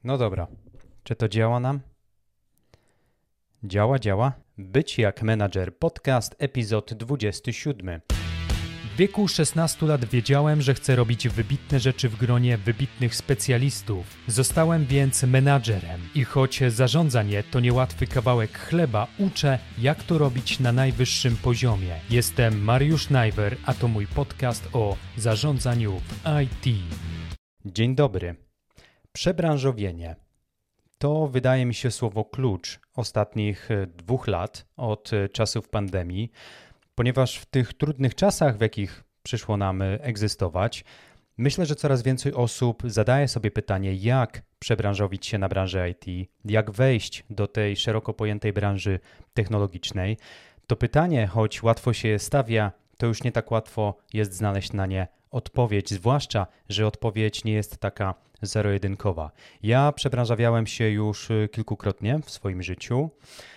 No dobra, czy to działa nam? Działa. Być jak menadżer podcast, epizod 27. W wieku 16 lat wiedziałem, że chcę robić wybitne rzeczy w gronie wybitnych specjalistów. Zostałem więc menadżerem i choć zarządzanie to niełatwy kawałek chleba, uczę, jak to robić na najwyższym poziomie. Jestem Mariusz Najwer, a to mój podcast o zarządzaniu w IT. Dzień dobry. Przebranżowienie. To wydaje mi się słowo klucz ostatnich 2 lat od czasów pandemii, ponieważ w tych trudnych czasach, w jakich przyszło nam egzystować, myślę, że coraz więcej osób zadaje sobie pytanie, jak przebranżowić się na branżę IT, jak wejść do tej szeroko pojętej branży technologicznej. To pytanie, choć łatwo się je stawia, to już nie tak łatwo jest znaleźć na nie odpowiedź, zwłaszcza, że odpowiedź nie jest taka zero-jedynkowa. Ja przebranżawiałem się już kilkukrotnie w swoim życiu.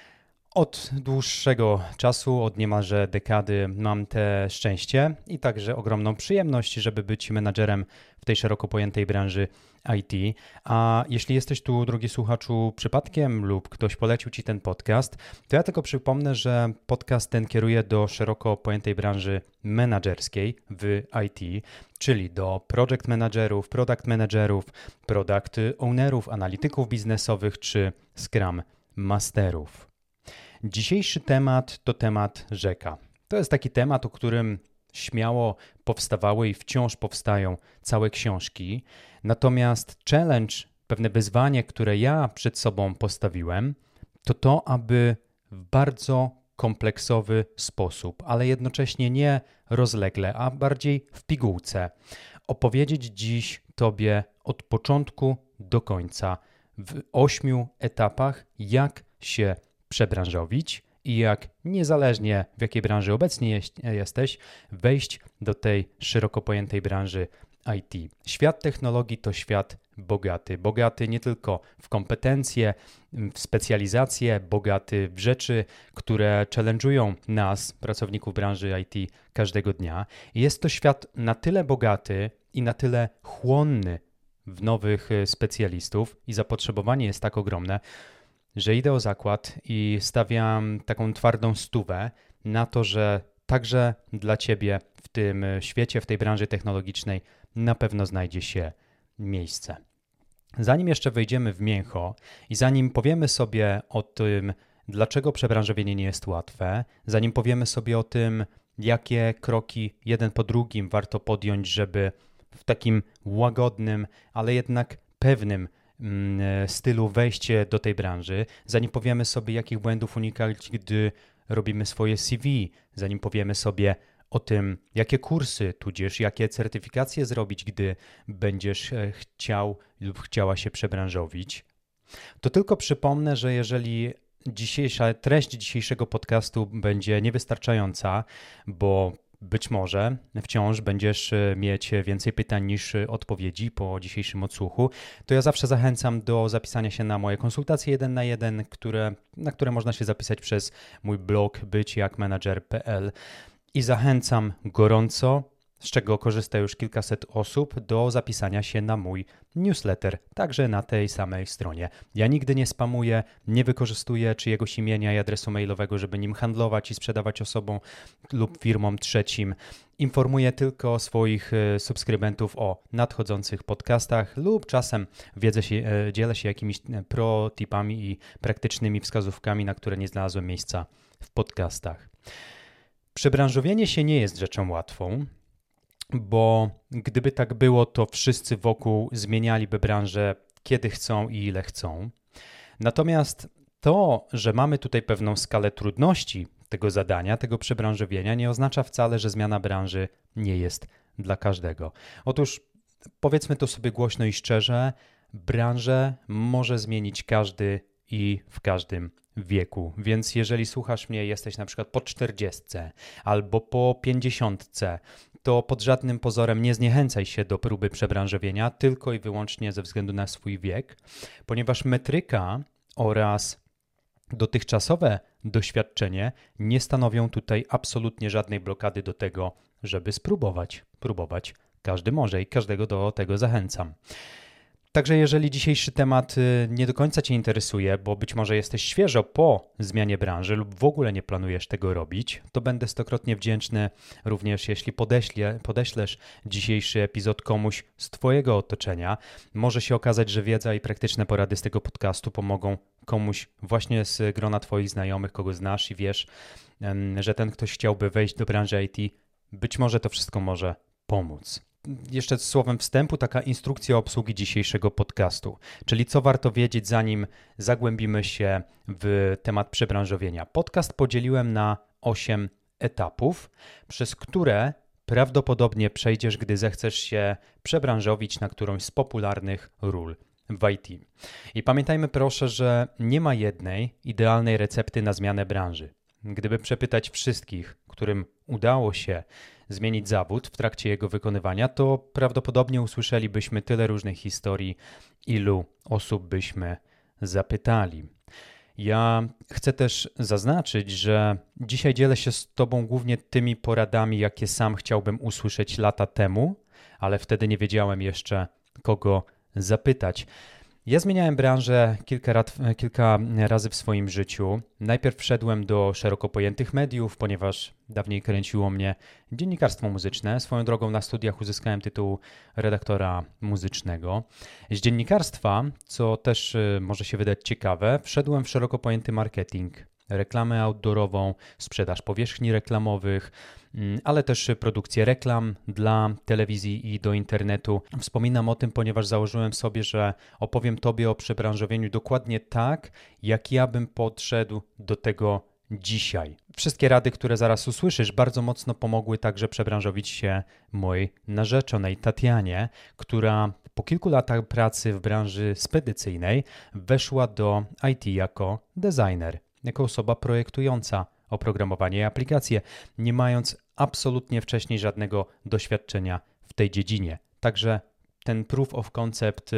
Od dłuższego czasu, od niemalże dekady mam te szczęście i także ogromną przyjemność, żeby być menadżerem w tej szeroko pojętej branży IT. A jeśli jesteś tu, drogi słuchaczu, przypadkiem lub ktoś polecił Ci ten podcast, to ja tylko przypomnę, że podcast ten kieruje do szeroko pojętej branży menadżerskiej w IT, czyli do project managerów, product managerów, product ownerów, analityków biznesowych czy Scrum masterów. Dzisiejszy temat to temat rzeka. To jest taki temat, o którym śmiało powstawały i wciąż powstają całe książki. Natomiast challenge, pewne wyzwanie, które ja przed sobą postawiłem, to aby w bardzo kompleksowy sposób, ale jednocześnie nie rozlegle, a bardziej w pigułce, opowiedzieć dziś Tobie od początku do końca w 8 etapach, jak się przebranżowić i jak niezależnie w jakiej branży obecnie jesteś, wejść do tej szeroko pojętej branży IT. Świat technologii to świat bogaty. Bogaty nie tylko w kompetencje, w specjalizacje, bogaty w rzeczy, które challenge'ują nas, pracowników branży IT, każdego dnia. Jest to świat na tyle bogaty i na tyle chłonny w nowych specjalistów i zapotrzebowanie jest tak ogromne, że idę o zakład i stawiam taką twardą stówę na to, że także dla Ciebie w tym świecie, w tej branży technologicznej na pewno znajdzie się miejsce. Zanim jeszcze wejdziemy w mięcho i zanim powiemy sobie o tym, dlaczego przebranżowienie nie jest łatwe, zanim powiemy sobie o tym, jakie kroki jeden po drugim warto podjąć, żeby w takim łagodnym, ale jednak pewnym stylu wejście do tej branży, zanim powiemy sobie, jakich błędów unikać, gdy robimy swoje CV, zanim powiemy sobie o tym, jakie kursy, tudzież jakie certyfikacje zrobić, gdy będziesz chciał lub chciała się przebranżowić, to tylko przypomnę, że jeżeli treść dzisiejszego podcastu będzie niewystarczająca, bo być może wciąż będziesz mieć więcej pytań niż odpowiedzi po dzisiejszym odsłuchu, to ja zawsze zachęcam do zapisania się na moje konsultacje 1 na 1, na które można się zapisać przez mój blog byćjakmenadżer.pl i zachęcam gorąco, z czego korzysta już kilkaset osób, do zapisania się na mój newsletter, także na tej samej stronie. Ja nigdy nie spamuję, nie wykorzystuję czyjegoś imienia i adresu mailowego, żeby nim handlować i sprzedawać osobom lub firmom trzecim. Informuję tylko swoich subskrybentów o nadchodzących podcastach lub czasem dzielę się jakimiś pro-tipami i praktycznymi wskazówkami, na które nie znalazłem miejsca w podcastach. Przebranżowienie się nie jest rzeczą łatwą, bo gdyby tak było, to wszyscy wokół zmienialiby branżę kiedy chcą i ile chcą. Natomiast to, że mamy tutaj pewną skalę trudności tego zadania, tego przebranżowienia, nie oznacza wcale, że zmiana branży nie jest dla każdego. Otóż powiedzmy to sobie głośno i szczerze, branżę może zmienić każdy i w każdym wieku. Więc jeżeli słuchasz mnie, jesteś na przykład po 40 albo po 50, to pod żadnym pozorem nie zniechęcaj się do próby przebranżowienia tylko i wyłącznie ze względu na swój wiek, ponieważ metryka oraz dotychczasowe doświadczenie nie stanowią tutaj absolutnie żadnej blokady do tego, żeby spróbować. Próbować każdy może i każdego do tego zachęcam. Także jeżeli dzisiejszy temat nie do końca Cię interesuje, bo być może jesteś świeżo po zmianie branży lub w ogóle nie planujesz tego robić, to będę stokrotnie wdzięczny również jeśli podeślesz dzisiejszy epizod komuś z Twojego otoczenia. Może się okazać, że wiedza i praktyczne porady z tego podcastu pomogą komuś właśnie z grona Twoich znajomych, kogo znasz i wiesz, że ten ktoś chciałby wejść do branży IT. Być może to wszystko może pomóc. Jeszcze słowem wstępu taka instrukcja obsługi dzisiejszego podcastu, czyli co warto wiedzieć, zanim zagłębimy się w temat przebranżowienia. Podcast podzieliłem na 8 etapów, przez które prawdopodobnie przejdziesz, gdy zechcesz się przebranżowić na którąś z popularnych ról w IT. I pamiętajmy proszę, że nie ma jednej idealnej recepty na zmianę branży. Gdyby przepytać wszystkich, którym udało się zmienić zawód w trakcie jego wykonywania, to prawdopodobnie usłyszelibyśmy tyle różnych historii, ilu osób byśmy zapytali. Ja chcę też zaznaczyć, że dzisiaj dzielę się z Tobą głównie tymi poradami, jakie sam chciałbym usłyszeć lata temu, ale wtedy nie wiedziałem jeszcze, kogo zapytać. Ja zmieniałem branżę kilka razy w swoim życiu. Najpierw wszedłem do szeroko pojętych mediów, ponieważ dawniej kręciło mnie dziennikarstwo muzyczne. Swoją drogą na studiach uzyskałem tytuł redaktora muzycznego. Z dziennikarstwa, co też może się wydać ciekawe, wszedłem w szeroko pojęty marketing, reklamę outdoorową, sprzedaż powierzchni reklamowych, ale też produkcję reklam dla telewizji i do internetu. Wspominam o tym, ponieważ założyłem sobie, że opowiem Tobie o przebranżowieniu dokładnie tak, jak ja bym podszedł do tego dzisiaj. Wszystkie rady, które zaraz usłyszysz, bardzo mocno pomogły także przebranżowić się mojej narzeczonej Tatianie, która po kilku latach pracy w branży spedycyjnej weszła do IT jako designer, jako osoba projektująca oprogramowanie i aplikacje, nie mając absolutnie wcześniej żadnego doświadczenia w tej dziedzinie. Także ten proof of concept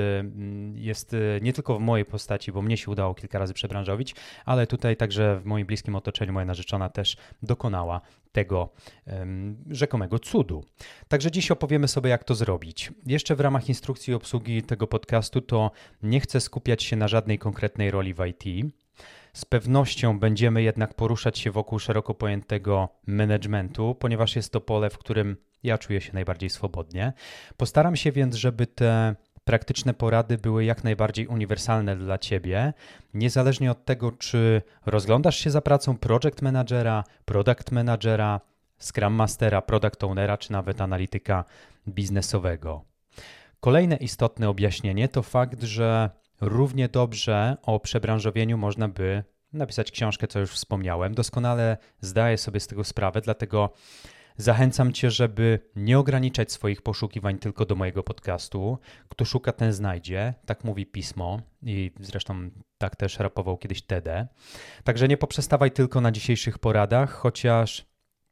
jest nie tylko w mojej postaci, bo mnie się udało kilka razy przebranżowić, ale tutaj także w moim bliskim otoczeniu moja narzeczona też dokonała tego rzekomego cudu. Także dziś opowiemy sobie, jak to zrobić. Jeszcze w ramach instrukcji obsługi tego podcastu to nie chcę skupiać się na żadnej konkretnej roli w IT. Z pewnością będziemy jednak poruszać się wokół szeroko pojętego managementu, ponieważ jest to pole, w którym ja czuję się najbardziej swobodnie. Postaram się więc, żeby te praktyczne porady były jak najbardziej uniwersalne dla Ciebie, niezależnie od tego, czy rozglądasz się za pracą project managera, product managera, scrum mastera, product ownera, czy nawet analityka biznesowego. Kolejne istotne objaśnienie to fakt, że równie dobrze o przebranżowieniu można by napisać książkę, co już wspomniałem. Doskonale zdaję sobie z tego sprawę, dlatego zachęcam Cię, żeby nie ograniczać swoich poszukiwań tylko do mojego podcastu. Kto szuka, ten znajdzie. Tak mówi pismo i zresztą tak też rapował kiedyś TD. Także nie poprzestawaj tylko na dzisiejszych poradach, chociaż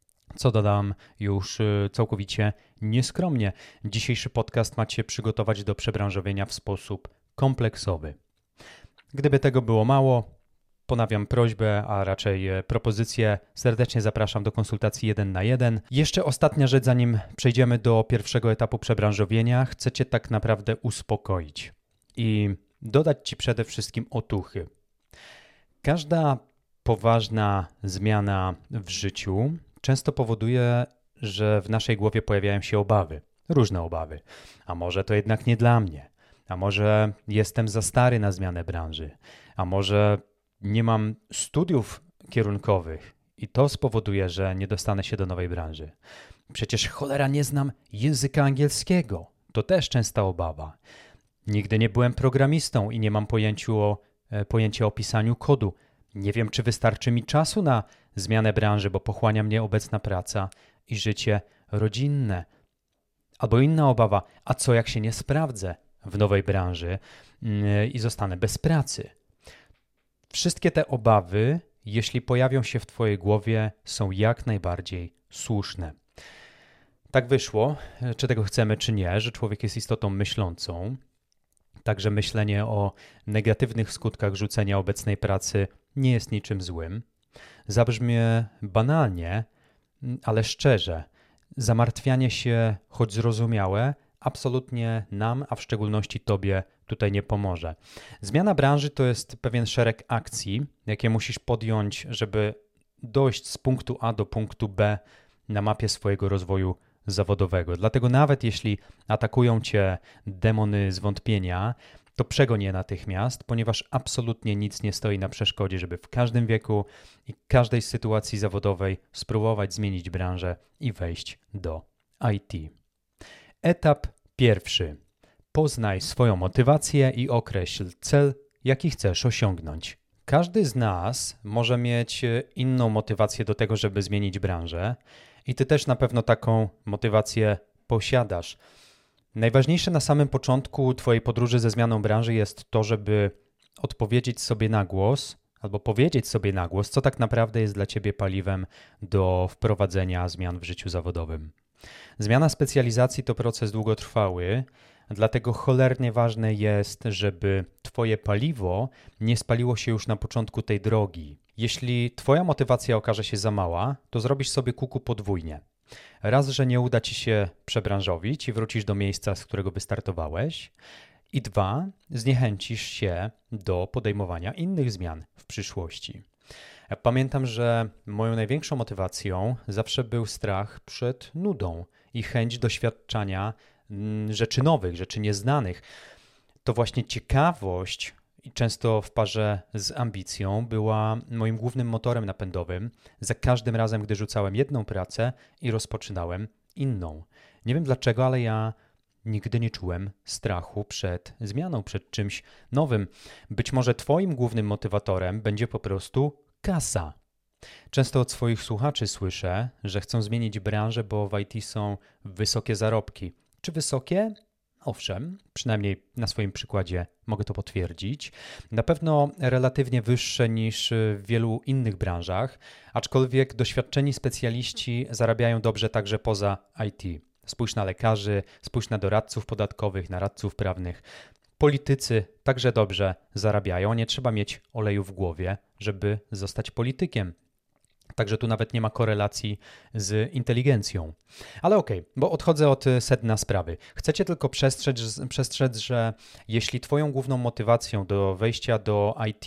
co dodam już całkowicie nieskromnie. Dzisiejszy podcast ma Cię przygotować do przebranżowienia w sposób kompleksowy. Gdyby tego było mało, ponawiam prośbę, a raczej propozycję. Serdecznie zapraszam do konsultacji 1 na 1. Jeszcze ostatnia rzecz, zanim przejdziemy do pierwszego etapu przebranżowienia. Chcę Cię tak naprawdę uspokoić i dodać Ci przede wszystkim otuchy. Każda poważna zmiana w życiu często powoduje, że w naszej głowie pojawiają się obawy, różne obawy. A może to jednak nie dla mnie? A może jestem za stary na zmianę branży? A może nie mam studiów kierunkowych i to spowoduje, że nie dostanę się do nowej branży? Przecież cholera nie znam języka angielskiego. To też częsta obawa. Nigdy nie byłem programistą i nie mam pojęcia o pisaniu kodu. Nie wiem, czy wystarczy mi czasu na zmianę branży, bo pochłania mnie obecna praca i życie rodzinne. Albo inna obawa, a co jak się nie sprawdzę w nowej branży i zostanę bez pracy? Wszystkie te obawy, jeśli pojawią się w Twojej głowie, są jak najbardziej słuszne. Tak wyszło, czy tego chcemy, czy nie, że człowiek jest istotą myślącą. Także myślenie o negatywnych skutkach rzucenia obecnej pracy nie jest niczym złym. Zabrzmie banalnie, ale szczerze, zamartwianie się, choć zrozumiałe, absolutnie nam, a w szczególności Tobie, tutaj nie pomoże. Zmiana branży to jest pewien szereg akcji, jakie musisz podjąć, żeby dojść z punktu A do punktu B na mapie swojego rozwoju zawodowego. Dlatego nawet jeśli atakują cię demony zwątpienia, to przegoń je natychmiast, ponieważ absolutnie nic nie stoi na przeszkodzie, żeby w każdym wieku i każdej sytuacji zawodowej spróbować zmienić branżę i wejść do IT. Etap pierwszy. Poznaj swoją motywację i określ cel, jaki chcesz osiągnąć. Każdy z nas może mieć inną motywację do tego, żeby zmienić branżę i ty też na pewno taką motywację posiadasz. Najważniejsze na samym początku twojej podróży ze zmianą branży jest to, żeby odpowiedzieć sobie na głos albo powiedzieć sobie na głos, co tak naprawdę jest dla ciebie paliwem do wprowadzenia zmian w życiu zawodowym. Zmiana specjalizacji to proces długotrwały, dlatego cholernie ważne jest, żeby twoje paliwo nie spaliło się już na początku tej drogi. Jeśli twoja motywacja okaże się za mała, to zrobisz sobie kuku podwójnie. Raz, że nie uda ci się przebranżowić i wrócisz do miejsca, z którego wystartowałeś. I dwa, zniechęcisz się do podejmowania innych zmian w przyszłości. Ja pamiętam, że moją największą motywacją zawsze był strach przed nudą i chęć doświadczania rzeczy nowych, rzeczy nieznanych. To właśnie ciekawość i często w parze z ambicją była moim głównym motorem napędowym za każdym razem, gdy rzucałem jedną pracę i rozpoczynałem inną. Nie wiem dlaczego, ale ja nigdy nie czułem strachu przed zmianą, przed czymś nowym. Być może twoim głównym motywatorem będzie po prostu kasa. Często od swoich słuchaczy słyszę, że chcą zmienić branżę, bo w IT są wysokie zarobki. Czy wysokie? Owszem, przynajmniej na swoim przykładzie mogę to potwierdzić. Na pewno relatywnie wyższe niż w wielu innych branżach, aczkolwiek doświadczeni specjaliści zarabiają dobrze także poza IT. Spójrz na lekarzy, spójrz na doradców podatkowych, na radców prawnych. Politycy także dobrze zarabiają, nie trzeba mieć oleju w głowie, żeby zostać politykiem. Także tu nawet nie ma korelacji z inteligencją. Ale okej, bo odchodzę od sedna sprawy. Chcę cię tylko przestrzec, że jeśli twoją główną motywacją do wejścia do IT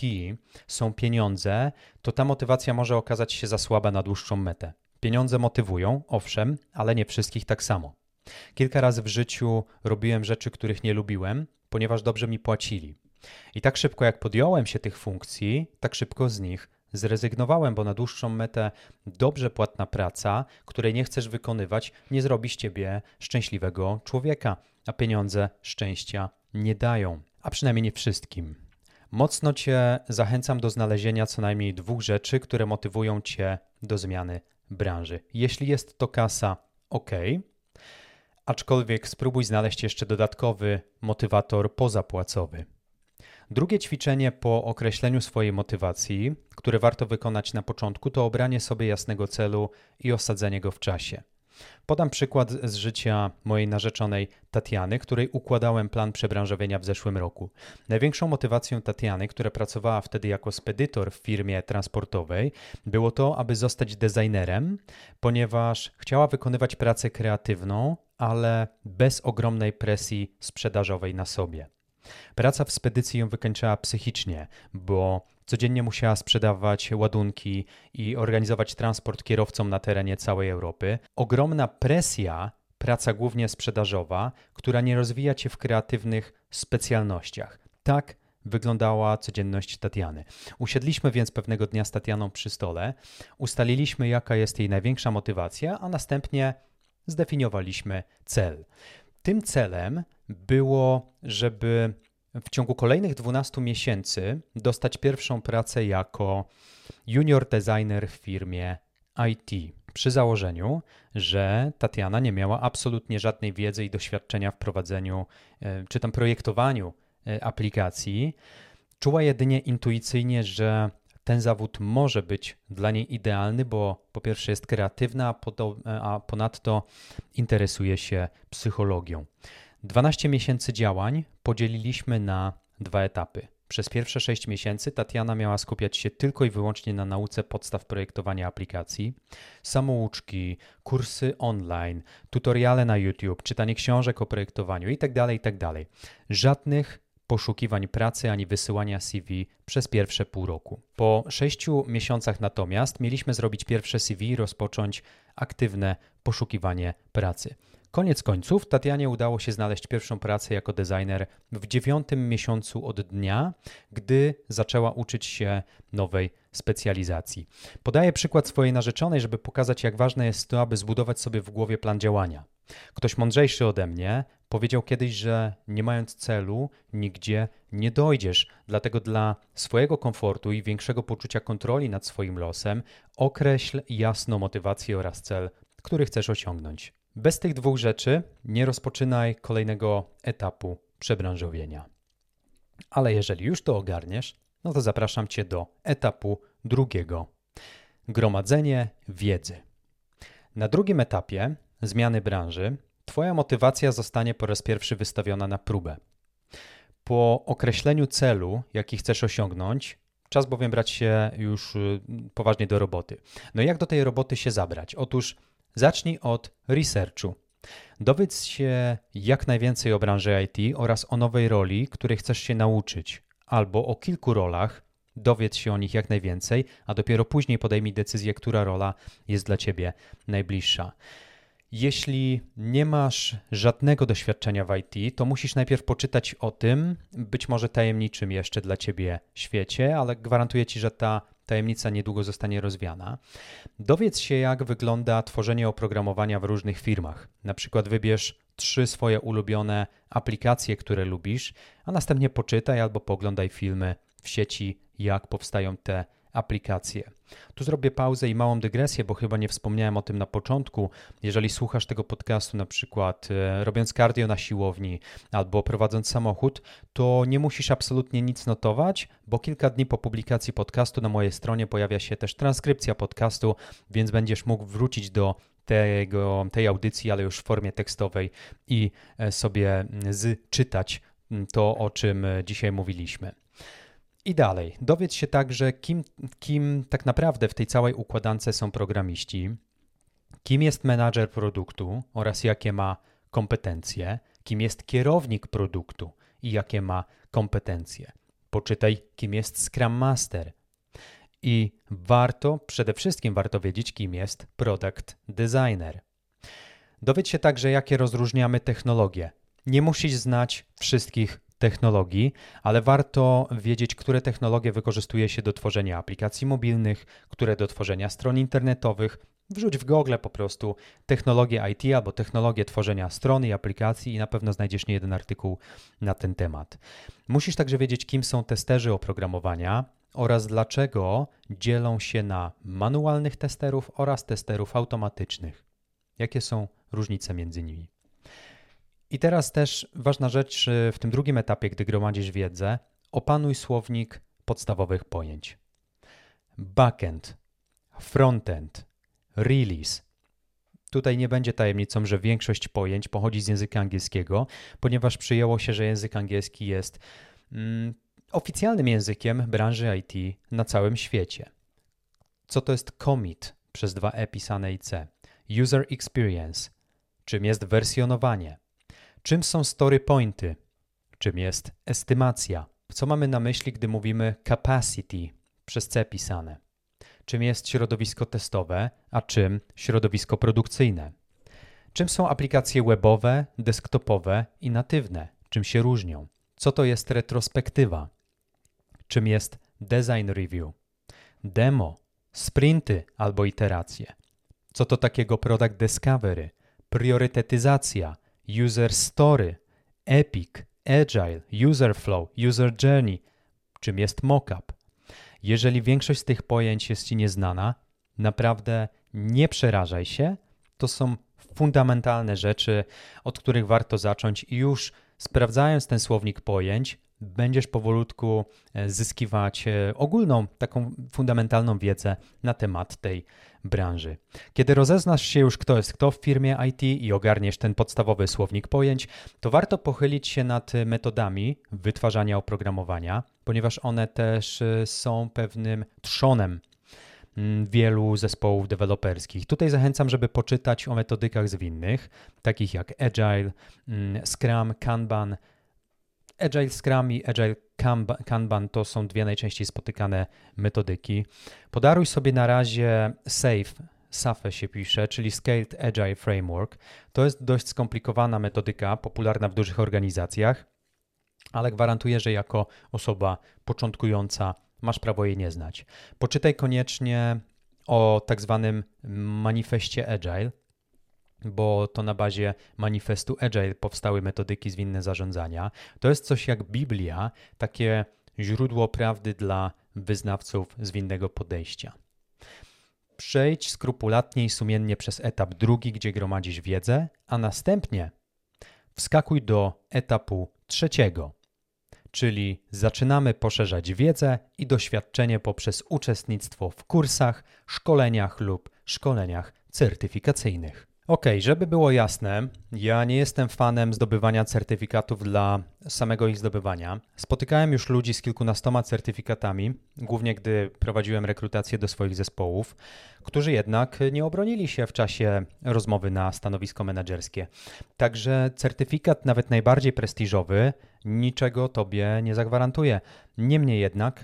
są pieniądze, to ta motywacja może okazać się za słaba na dłuższą metę. Pieniądze motywują, owszem, ale nie wszystkich tak samo. Kilka razy w życiu robiłem rzeczy, których nie lubiłem, ponieważ dobrze mi płacili. I tak szybko jak podjąłem się tych funkcji, tak szybko z nich zrezygnowałem, bo na dłuższą metę dobrze płatna praca, której nie chcesz wykonywać, nie zrobi z ciebie szczęśliwego człowieka, a pieniądze szczęścia nie dają, a przynajmniej nie wszystkim. Mocno cię zachęcam do znalezienia co najmniej 2 rzeczy, które motywują cię do zmiany branży. Jeśli jest to kasa, ok, aczkolwiek spróbuj znaleźć jeszcze dodatkowy motywator pozapłacowy. Drugie ćwiczenie po określeniu swojej motywacji, które warto wykonać na początku, to obranie sobie jasnego celu i osadzenie go w czasie. Podam przykład z życia mojej narzeczonej Tatiany, której układałem plan przebranżowienia w zeszłym roku. Największą motywacją Tatiany, która pracowała wtedy jako spedytor w firmie transportowej, było to, aby zostać designerem, ponieważ chciała wykonywać pracę kreatywną, ale bez ogromnej presji sprzedażowej na sobie. Praca w spedycji ją wykańczała psychicznie, bo codziennie musiała sprzedawać ładunki i organizować transport kierowcom na terenie całej Europy. Ogromna presja, praca głównie sprzedażowa, która nie rozwija cię w kreatywnych specjalnościach. Tak wyglądała codzienność Tatiany. Usiedliśmy więc pewnego dnia z Tatianą przy stole, ustaliliśmy jaka jest jej największa motywacja, a następnie zdefiniowaliśmy cel. Tym celem było, żeby w ciągu kolejnych 12 miesięcy dostać pierwszą pracę jako junior designer w firmie IT. Przy założeniu, że Tatiana nie miała absolutnie żadnej wiedzy i doświadczenia w prowadzeniu czy tam projektowaniu aplikacji. Czuła jedynie intuicyjnie, że ten zawód może być dla niej idealny, bo po pierwsze jest kreatywna, a ponadto interesuje się psychologią. 12 miesięcy działań podzieliliśmy na 2 etapy. Przez pierwsze 6 miesięcy Tatiana miała skupiać się tylko i wyłącznie na nauce podstaw projektowania aplikacji, samouczki, kursy online, tutoriale na YouTube, czytanie książek o projektowaniu itd. Żadnych poszukiwań pracy ani wysyłania CV przez pierwsze pół roku. Po 6 miesiącach natomiast mieliśmy zrobić pierwsze CV i rozpocząć aktywne poszukiwanie pracy. Koniec końców Tatianie udało się znaleźć pierwszą pracę jako designer w 9. miesiącu od dnia, gdy zaczęła uczyć się nowej specjalizacji. Podaję przykład swojej narzeczonej, żeby pokazać, jak ważne jest to, aby zbudować sobie w głowie plan działania. Ktoś mądrzejszy ode mnie powiedział kiedyś, że nie mając celu nigdzie nie dojdziesz. Dlatego dla swojego komfortu i większego poczucia kontroli nad swoim losem określ jasno motywację oraz cel, który chcesz osiągnąć. Bez tych dwóch rzeczy nie rozpoczynaj kolejnego etapu przebranżowienia. Ale jeżeli już to ogarniesz, no to zapraszam Cię do etapu drugiego. Gromadzenie wiedzy. Na drugim etapie zmiany branży Twoja motywacja zostanie po raz pierwszy wystawiona na próbę. Po określeniu celu, jaki chcesz osiągnąć, czas bowiem brać się już poważnie do roboty. No i jak do tej roboty się zabrać? Otóż zacznij od researchu. Dowiedz się jak najwięcej o branży IT oraz o nowej roli, której chcesz się nauczyć, albo o kilku rolach, dowiedz się o nich jak najwięcej, a dopiero później podejmij decyzję, która rola jest dla Ciebie najbliższa. Jeśli nie masz żadnego doświadczenia w IT, to musisz najpierw poczytać o tym, być może tajemniczym jeszcze dla Ciebie świecie, ale gwarantuję Ci, że ta tajemnica niedługo zostanie rozwiana. Dowiedz się, jak wygląda tworzenie oprogramowania w różnych firmach. Na przykład wybierz 3 swoje ulubione aplikacje, które lubisz, a następnie poczytaj albo pooglądaj filmy w sieci, jak powstają te aplikacje. Tu zrobię pauzę i małą dygresję, bo chyba nie wspomniałem o tym na początku. Jeżeli słuchasz tego podcastu na przykład robiąc cardio na siłowni albo prowadząc samochód, to nie musisz absolutnie nic notować, bo kilka dni po publikacji podcastu na mojej stronie pojawia się też transkrypcja podcastu, więc będziesz mógł wrócić do tej audycji, ale już w formie tekstowej i sobie czytać to, o czym dzisiaj mówiliśmy. I dalej, dowiedz się także, kim tak naprawdę w tej całej układance są programiści, kim jest menadżer produktu oraz jakie ma kompetencje, kim jest kierownik produktu i jakie ma kompetencje. Poczytaj, kim jest Scrum Master. I przede wszystkim warto wiedzieć, kim jest Product Designer. Dowiedz się także, jakie rozróżniamy technologie. Nie musisz znać wszystkich technologii, ale warto wiedzieć, które technologie wykorzystuje się do tworzenia aplikacji mobilnych, które do tworzenia stron internetowych. Wrzuć w Google po prostu technologie IT albo technologie tworzenia stron i aplikacji i na pewno znajdziesz niejeden artykuł na ten temat. Musisz także wiedzieć, kim są testerzy oprogramowania oraz dlaczego dzielą się na manualnych testerów oraz testerów automatycznych. Jakie są różnice między nimi? I teraz też ważna rzecz w tym drugim etapie, gdy gromadzisz wiedzę, opanuj słownik podstawowych pojęć. Backend, frontend, release. Tutaj nie będzie tajemnicą, że większość pojęć pochodzi z języka angielskiego, ponieważ przyjęło się, że język angielski jest oficjalnym językiem branży IT na całym świecie. Co to jest commit przez 2 pisane i C? User experience. Czym jest wersjonowanie? Czym są story pointy? Czym jest estymacja? Co mamy na myśli, gdy mówimy capacity przez C pisane? Czym jest środowisko testowe, a czym środowisko produkcyjne? Czym są aplikacje webowe, desktopowe i natywne? Czym się różnią? Co to jest retrospektywa? Czym jest design review? Demo, sprinty albo iteracje? Co to takiego product discovery? Priorytetyzacja, user story, epic, agile, user flow, user journey, czym jest mockup. Jeżeli większość z tych pojęć jest Ci nieznana, naprawdę nie przerażaj się, to są fundamentalne rzeczy, od których warto zacząć i już sprawdzając ten słownik pojęć, będziesz powolutku zyskiwać ogólną, taką fundamentalną wiedzę na temat tej branży. Kiedy rozeznasz się już, kto jest kto w firmie IT i ogarniesz ten podstawowy słownik pojęć, to warto pochylić się nad metodami wytwarzania oprogramowania, ponieważ one też są pewnym trzonem wielu zespołów deweloperskich. Tutaj zachęcam, żeby poczytać o metodykach zwinnych, takich jak Agile, Scrum, Kanban, Agile Scrum i Agile Kanban to są dwie najczęściej spotykane metodyki. Podaruj sobie na razie SAFe się pisze, czyli Scaled Agile Framework. To jest dość skomplikowana metodyka, popularna w dużych organizacjach, ale gwarantuję, że jako osoba początkująca masz prawo jej nie znać. Poczytaj koniecznie o tak zwanym manifestie Agile, bo to na bazie manifestu Agile powstały metodyki zwinne zarządzania. To jest coś jak Biblia, takie źródło prawdy dla wyznawców zwinnego podejścia. Przejdź skrupulatnie i sumiennie przez etap drugi, gdzie gromadzisz wiedzę, a następnie wskakuj do etapu trzeciego, czyli zaczynamy poszerzać wiedzę i doświadczenie poprzez uczestnictwo w kursach, szkoleniach lub szkoleniach certyfikacyjnych. Żeby było jasne, ja nie jestem fanem zdobywania certyfikatów dla samego ich zdobywania. Spotykałem już ludzi z kilkunastoma certyfikatami, głównie gdy prowadziłem rekrutację do swoich zespołów, którzy jednak nie obronili się w czasie rozmowy na stanowisko menedżerskie. Także certyfikat, nawet najbardziej prestiżowy, niczego tobie nie zagwarantuje. Niemniej jednak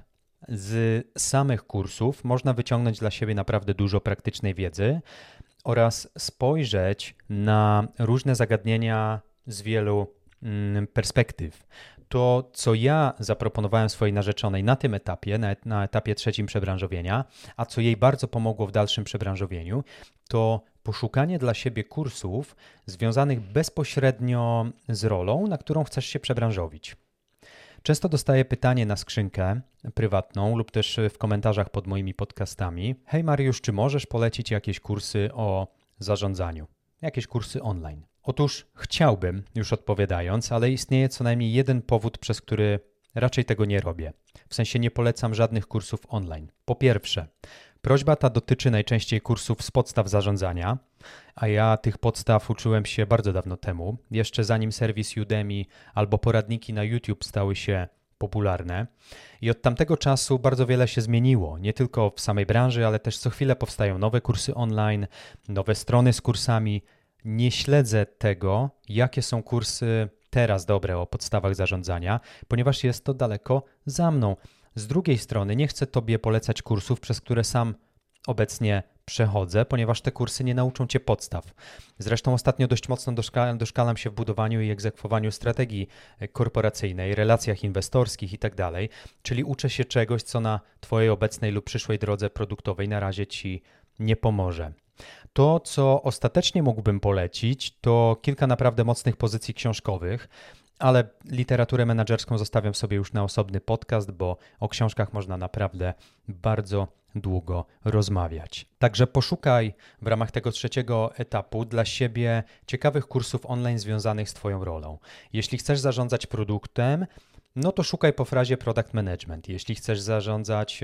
z samych kursów można wyciągnąć dla siebie naprawdę dużo praktycznej wiedzy oraz spojrzeć na różne zagadnienia z wielu perspektyw. To, co ja zaproponowałem swojej narzeczonej na tym etapie, na etapie trzecim przebranżowienia, a co jej bardzo pomogło w dalszym przebranżowieniu, to poszukanie dla siebie kursów związanych bezpośrednio z rolą, na którą chcesz się przebranżowić. Często dostaję pytanie na skrzynkę prywatną lub też w komentarzach pod moimi podcastami: hej Mariusz, czy możesz polecić jakieś kursy o zarządzaniu? Jakieś kursy online? Otóż chciałbym, już odpowiadając, ale istnieje co najmniej jeden powód, przez który raczej tego nie robię. W sensie nie polecam żadnych kursów online. Po pierwsze, prośba ta dotyczy najczęściej kursów z podstaw zarządzania, a ja tych podstaw uczyłem się bardzo dawno temu, jeszcze zanim serwis Udemy albo poradniki na YouTube stały się popularne. I od tamtego czasu bardzo wiele się zmieniło, nie tylko w samej branży, ale też co chwilę powstają nowe kursy online, nowe strony z kursami. Nie śledzę tego, jakie są kursy teraz dobre o podstawach zarządzania, ponieważ jest to daleko za mną. Z drugiej strony nie chcę tobie polecać kursów, przez które sam obecnie przechodzę, ponieważ te kursy nie nauczą cię podstaw. Zresztą ostatnio dość mocno doszkalam się w budowaniu i egzekwowaniu strategii korporacyjnej, relacjach inwestorskich itd., czyli uczę się czegoś, co na twojej obecnej lub przyszłej drodze produktowej na razie ci nie pomoże. To, co ostatecznie mógłbym polecić, to kilka naprawdę mocnych pozycji książkowych, ale literaturę menedżerską zostawiam sobie już na osobny podcast, bo o książkach można naprawdę bardzo długo rozmawiać. Także poszukaj w ramach tego trzeciego etapu dla siebie ciekawych kursów online związanych z twoją rolą. Jeśli chcesz zarządzać produktem, no to szukaj po frazie product management. Jeśli chcesz zarządzać,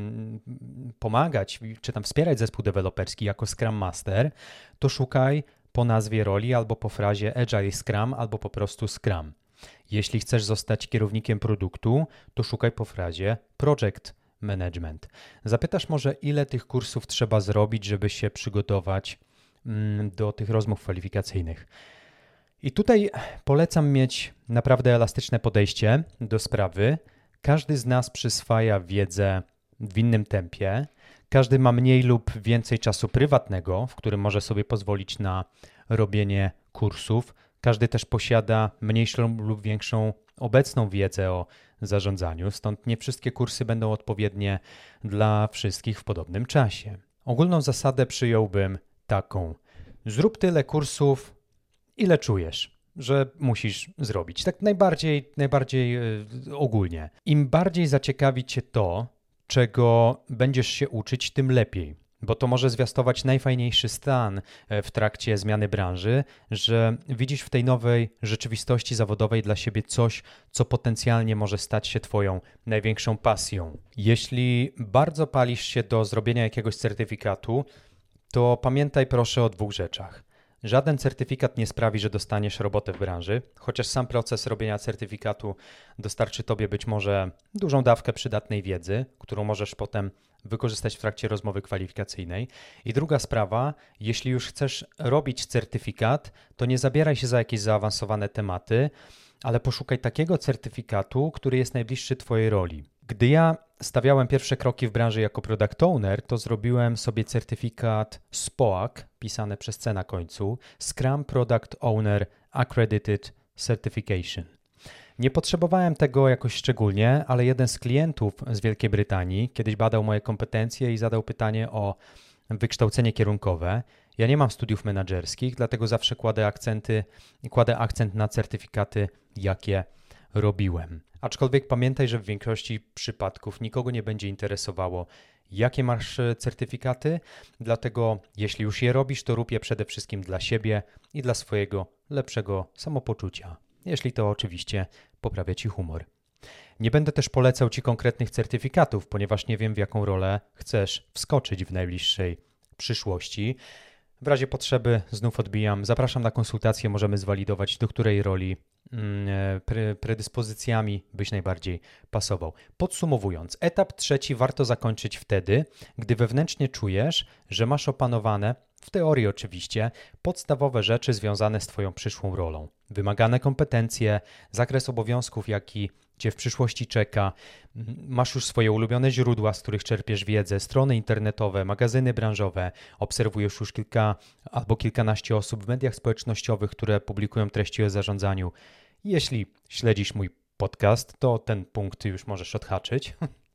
pomagać czy tam wspierać zespół deweloperski jako Scrum Master, to szukaj po nazwie roli albo po frazie Agile Scrum albo po prostu Scrum. Jeśli chcesz zostać kierownikiem produktu, to szukaj po frazie Project Management. Zapytasz może, ile tych kursów trzeba zrobić, żeby się przygotować do tych rozmów kwalifikacyjnych. I tutaj polecam mieć naprawdę elastyczne podejście do sprawy. Każdy z nas przyswaja wiedzę w innym tempie. Każdy ma mniej lub więcej czasu prywatnego, w którym może sobie pozwolić na robienie kursów. Każdy też posiada mniejszą lub większą obecną wiedzę o zarządzaniu, stąd nie wszystkie kursy będą odpowiednie dla wszystkich w podobnym czasie. Ogólną zasadę przyjąłbym taką: zrób tyle kursów, ile czujesz, że musisz zrobić. Tak najbardziej ogólnie. Im bardziej zaciekawi cię to, czego będziesz się uczyć, tym lepiej. Bo to może zwiastować najfajniejszy stan w trakcie zmiany branży, że widzisz w tej nowej rzeczywistości zawodowej dla siebie coś, co potencjalnie może stać się twoją największą pasją. Jeśli bardzo palisz się do zrobienia jakiegoś certyfikatu, to pamiętaj proszę o dwóch rzeczach. Żaden certyfikat nie sprawi, że dostaniesz robotę w branży, chociaż sam proces robienia certyfikatu dostarczy tobie być może dużą dawkę przydatnej wiedzy, którą możesz potem wykorzystać w trakcie rozmowy kwalifikacyjnej. I druga sprawa, jeśli już chcesz robić certyfikat, to nie zabieraj się za jakieś zaawansowane tematy, ale poszukaj takiego certyfikatu, który jest najbliższy Twojej roli. Gdy ja stawiałem pierwsze kroki w branży jako product owner, to zrobiłem sobie certyfikat SPOAC, pisane przez C na końcu, Scrum Product Owner Accredited Certification. Nie potrzebowałem tego jakoś szczególnie, ale jeden z klientów z Wielkiej Brytanii kiedyś badał moje kompetencje i zadał pytanie o wykształcenie kierunkowe. Ja nie mam studiów menedżerskich, dlatego zawsze kładę akcent na certyfikaty, jakie robiłem. Aczkolwiek pamiętaj, że w większości przypadków nikogo nie będzie interesowało, jakie masz certyfikaty, dlatego jeśli już je robisz, to rób je przede wszystkim dla siebie i dla swojego lepszego samopoczucia. Jeśli to oczywiście poprawia Ci humor. Nie będę też polecał Ci konkretnych certyfikatów, ponieważ nie wiem, w jaką rolę chcesz wskoczyć w najbliższej przyszłości. W razie potrzeby znów odbijam. Zapraszam na konsultację, możemy zwalidować, do której roli predyspozycjami byś najbardziej pasował. Podsumowując, etap 3 warto zakończyć wtedy, gdy wewnętrznie czujesz, że masz opanowane, w teorii oczywiście, podstawowe rzeczy związane z Twoją przyszłą rolą. Wymagane kompetencje, zakres obowiązków, jaki Cię w przyszłości czeka, masz już swoje ulubione źródła, z których czerpiesz wiedzę, strony internetowe, magazyny branżowe, obserwujesz już kilka albo kilkanaście osób w mediach społecznościowych, które publikują treści o zarządzaniu. Jeśli śledzisz mój podcast, to ten punkt już możesz odhaczyć.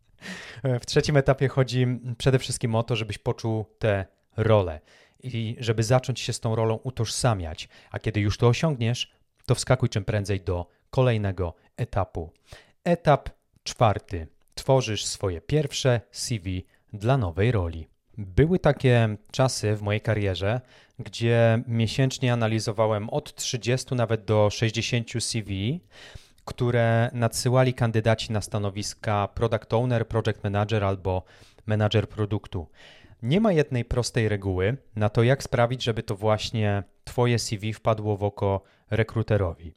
W trzecim etapie chodzi przede wszystkim o to, żebyś poczuł tę rolę i żeby zacząć się z tą rolą utożsamiać, a kiedy już to osiągniesz, to wskakuj czym prędzej do kolejnego etapu. Etap 4. Tworzysz swoje pierwsze CV dla nowej roli. Były takie czasy w mojej karierze, gdzie miesięcznie analizowałem od 30 nawet do 60 CV, które nadsyłali kandydaci na stanowiska Product Owner, Project Manager albo Manager produktu. Nie ma jednej prostej reguły na to, jak sprawić, żeby to właśnie Twoje CV wpadło w oko rekruterowi.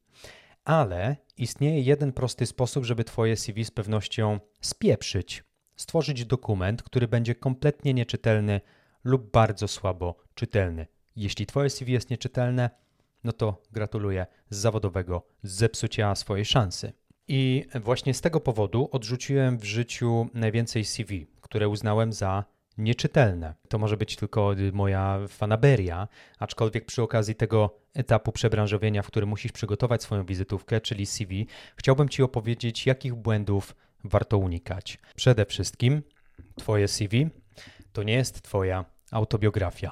Ale istnieje jeden prosty sposób, żeby Twoje CV z pewnością spieprzyć. Stworzyć dokument, który będzie kompletnie nieczytelny lub bardzo słabo czytelny. Jeśli Twoje CV jest nieczytelne, no to gratuluję z zawodowego zepsucia swojej szansy. I właśnie z tego powodu odrzuciłem w życiu najwięcej CV, które uznałem za nieczytelne. To może być tylko moja fanaberia, aczkolwiek przy okazji tego etapu przebranżowienia, w którym musisz przygotować swoją wizytówkę, czyli CV, chciałbym Ci opowiedzieć, jakich błędów warto unikać. Przede wszystkim Twoje CV to nie jest Twoja autobiografia.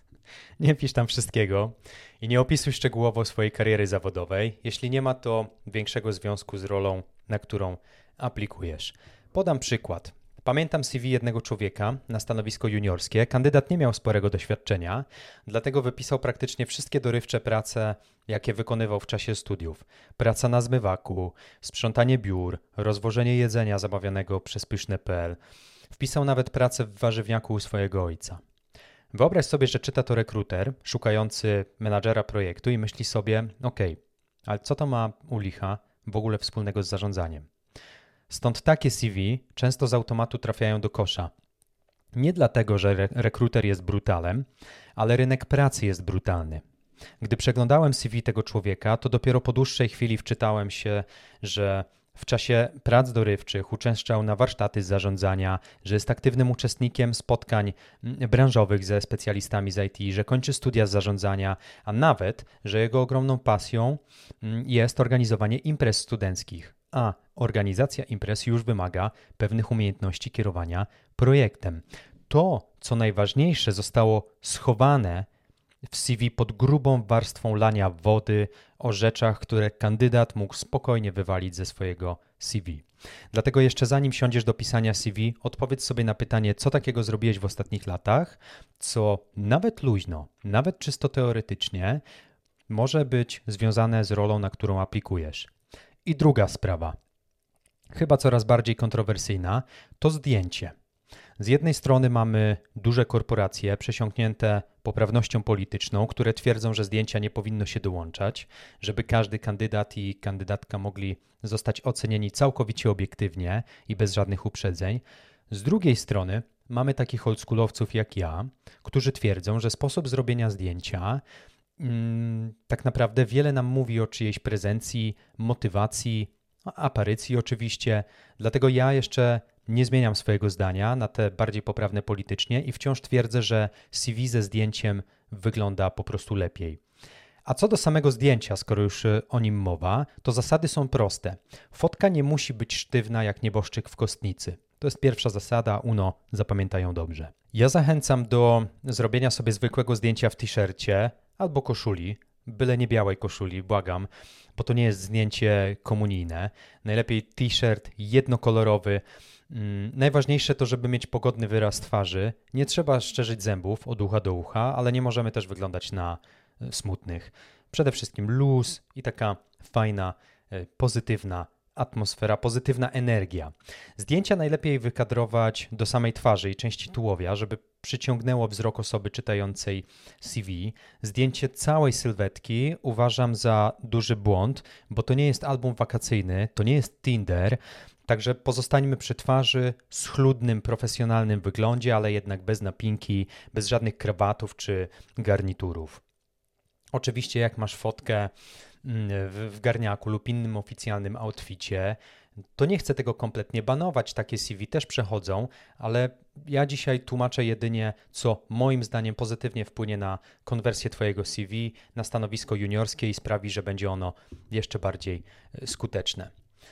Nie pisz tam wszystkiego i nie opisuj szczegółowo swojej kariery zawodowej, jeśli nie ma to większego związku z rolą, na którą aplikujesz. Podam przykład. Pamiętam CV jednego człowieka na stanowisko juniorskie. Kandydat nie miał sporego doświadczenia, dlatego wypisał praktycznie wszystkie dorywcze prace, jakie wykonywał w czasie studiów. Praca na zmywaku, sprzątanie biur, rozwożenie jedzenia zamawianego przez Pyszne.pl. Wpisał nawet pracę w warzywniaku u swojego ojca. Wyobraź sobie, że czyta to rekruter szukający menadżera projektu i myśli sobie, ale co to ma u licha w ogóle wspólnego z zarządzaniem? Stąd takie CV często z automatu trafiają do kosza. Nie dlatego, że rekruter jest brutalem, ale rynek pracy jest brutalny. Gdy przeglądałem CV tego człowieka, to dopiero po dłuższej chwili wczytałem się, że w czasie prac dorywczych uczęszczał na warsztaty z zarządzania, że jest aktywnym uczestnikiem spotkań branżowych ze specjalistami z IT, że kończy studia z zarządzania, a nawet, że jego ogromną pasją jest organizowanie imprez studenckich. A organizacja imprez już wymaga pewnych umiejętności kierowania projektem. To, co najważniejsze, zostało schowane w CV pod grubą warstwą lania wody o rzeczach, które kandydat mógł spokojnie wywalić ze swojego CV. Dlatego jeszcze zanim siądziesz do pisania CV, odpowiedz sobie na pytanie, co takiego zrobiłeś w ostatnich latach, co nawet luźno, nawet czysto teoretycznie może być związane z rolą, na którą aplikujesz. I druga sprawa, chyba coraz bardziej kontrowersyjna, to zdjęcie. Z jednej strony mamy duże korporacje przesiąknięte poprawnością polityczną, które twierdzą, że zdjęcia nie powinno się dołączać, żeby każdy kandydat i kandydatka mogli zostać ocenieni całkowicie obiektywnie i bez żadnych uprzedzeń. Z drugiej strony mamy takich oldschoolowców jak ja, którzy twierdzą, że sposób zrobienia zdjęcia tak naprawdę wiele nam mówi o czyjejś prezencji, motywacji, aparycji oczywiście. Dlatego ja jeszcze nie zmieniam swojego zdania na te bardziej poprawne politycznie i wciąż twierdzę, że CV ze zdjęciem wygląda po prostu lepiej. A co do samego zdjęcia, skoro już o nim mowa, to zasady są proste. Fotka nie musi być sztywna jak nieboszczyk w kostnicy. To jest pierwsza zasada, uno, zapamiętaj ją dobrze. Ja zachęcam do zrobienia sobie zwykłego zdjęcia w t-shircie albo koszuli, byle nie białej koszuli, błagam, bo to nie jest zdjęcie komunijne. Najlepiej t-shirt jednokolorowy. Najważniejsze to, żeby mieć pogodny wyraz twarzy. Nie trzeba szczerzyć zębów od ucha do ucha, ale nie możemy też wyglądać na smutnych. Przede wszystkim luz i taka fajna, pozytywna atmosfera, pozytywna energia. Zdjęcia najlepiej wykadrować do samej twarzy i części tułowia, żeby przyciągnęło wzrok osoby czytającej CV. Zdjęcie całej sylwetki uważam za duży błąd, bo to nie jest album wakacyjny, to nie jest Tinder, także pozostańmy przy twarzy, schludnym, profesjonalnym wyglądzie, ale jednak bez napinki, bez żadnych krawatów czy garniturów. Oczywiście jak masz fotkę w garniaku lub innym oficjalnym outficie, to nie chcę tego kompletnie banować, takie CV też przechodzą, ale ja dzisiaj tłumaczę jedynie, co moim zdaniem pozytywnie wpłynie na konwersję Twojego CV, na stanowisko juniorskie i sprawi, że będzie ono jeszcze bardziej skuteczne.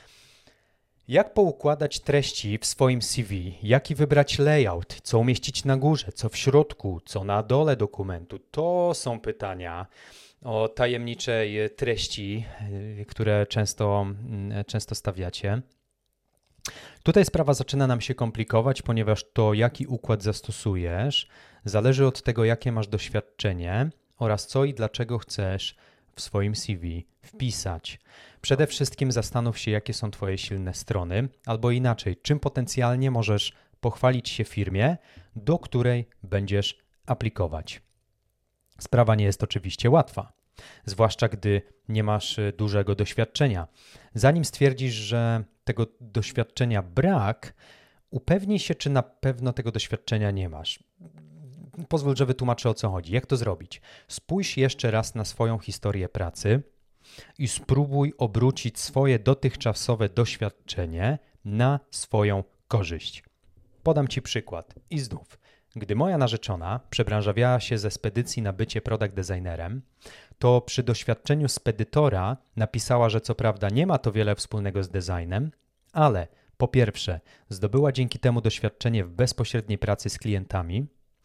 Jak poukładać treści w swoim CV? Jaki wybrać layout? Co umieścić na górze? Co w środku? Co na dole dokumentu? To są pytania o tajemniczej treści, które często stawiacie. Tutaj sprawa zaczyna nam się komplikować, ponieważ to, jaki układ zastosujesz, zależy od tego, jakie masz doświadczenie oraz co i dlaczego chcesz w swoim CV wpisać. Przede wszystkim zastanów się, jakie są Twoje silne strony, albo inaczej, czym potencjalnie możesz pochwalić się firmie, do której będziesz aplikować. Sprawa nie jest oczywiście łatwa, zwłaszcza gdy nie masz dużego doświadczenia. Zanim stwierdzisz, że tego doświadczenia brak, upewnij się, czy na pewno tego doświadczenia nie masz. Pozwól, że wytłumaczę, o co chodzi. Jak to zrobić? Spójrz jeszcze raz na swoją historię pracy i spróbuj obrócić swoje dotychczasowe doświadczenie na swoją korzyść. Podam Ci przykład. I znów, gdy moja narzeczona przebranżawiała się ze spedycji na bycie product designerem, to przy doświadczeniu spedytora napisała, że co prawda nie ma to wiele wspólnego z designem, ale po pierwsze zdobyła dzięki temu doświadczenie w bezpośredniej pracy z klientami.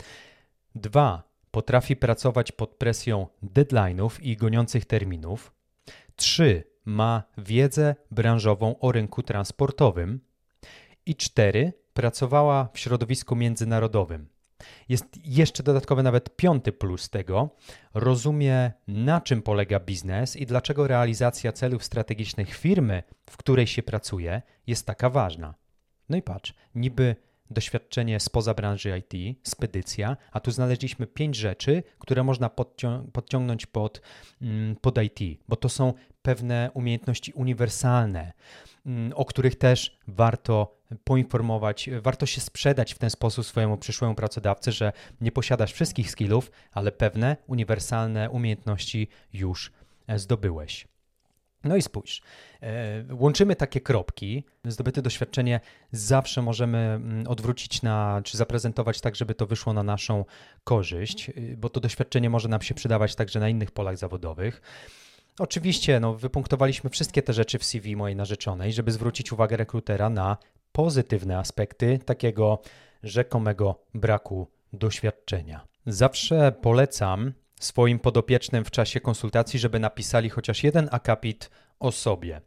2. Potrafi pracować pod presją deadline'ów i goniących terminów. 3. Ma wiedzę branżową o rynku transportowym. I 4. Pracowała w środowisku międzynarodowym. Jest jeszcze dodatkowy nawet 5. plus tego. Rozumie, na czym polega biznes i dlaczego realizacja celów strategicznych firmy, w której się pracuje, jest taka ważna. No i patrz, niby doświadczenie spoza branży IT, spedycja, a tu znaleźliśmy 5 rzeczy, które można podciągnąć pod IT, bo to są pewne umiejętności uniwersalne, o których też warto poinformować, warto się sprzedać w ten sposób swojemu przyszłemu pracodawcy, że nie posiadasz wszystkich skillów, ale pewne uniwersalne umiejętności już zdobyłeś. No i spójrz, łączymy takie kropki, zdobyte doświadczenie zawsze możemy odwrócić czy zaprezentować tak, żeby to wyszło na naszą korzyść, bo to doświadczenie może nam się przydawać także na innych polach zawodowych. Oczywiście wypunktowaliśmy wszystkie te rzeczy w CV mojej narzeczonej, żeby zwrócić uwagę rekrutera na pozytywne aspekty takiego rzekomego braku doświadczenia. Zawsze polecam swoim podopiecznym w czasie konsultacji, żeby napisali chociaż jeden akapit o sobie.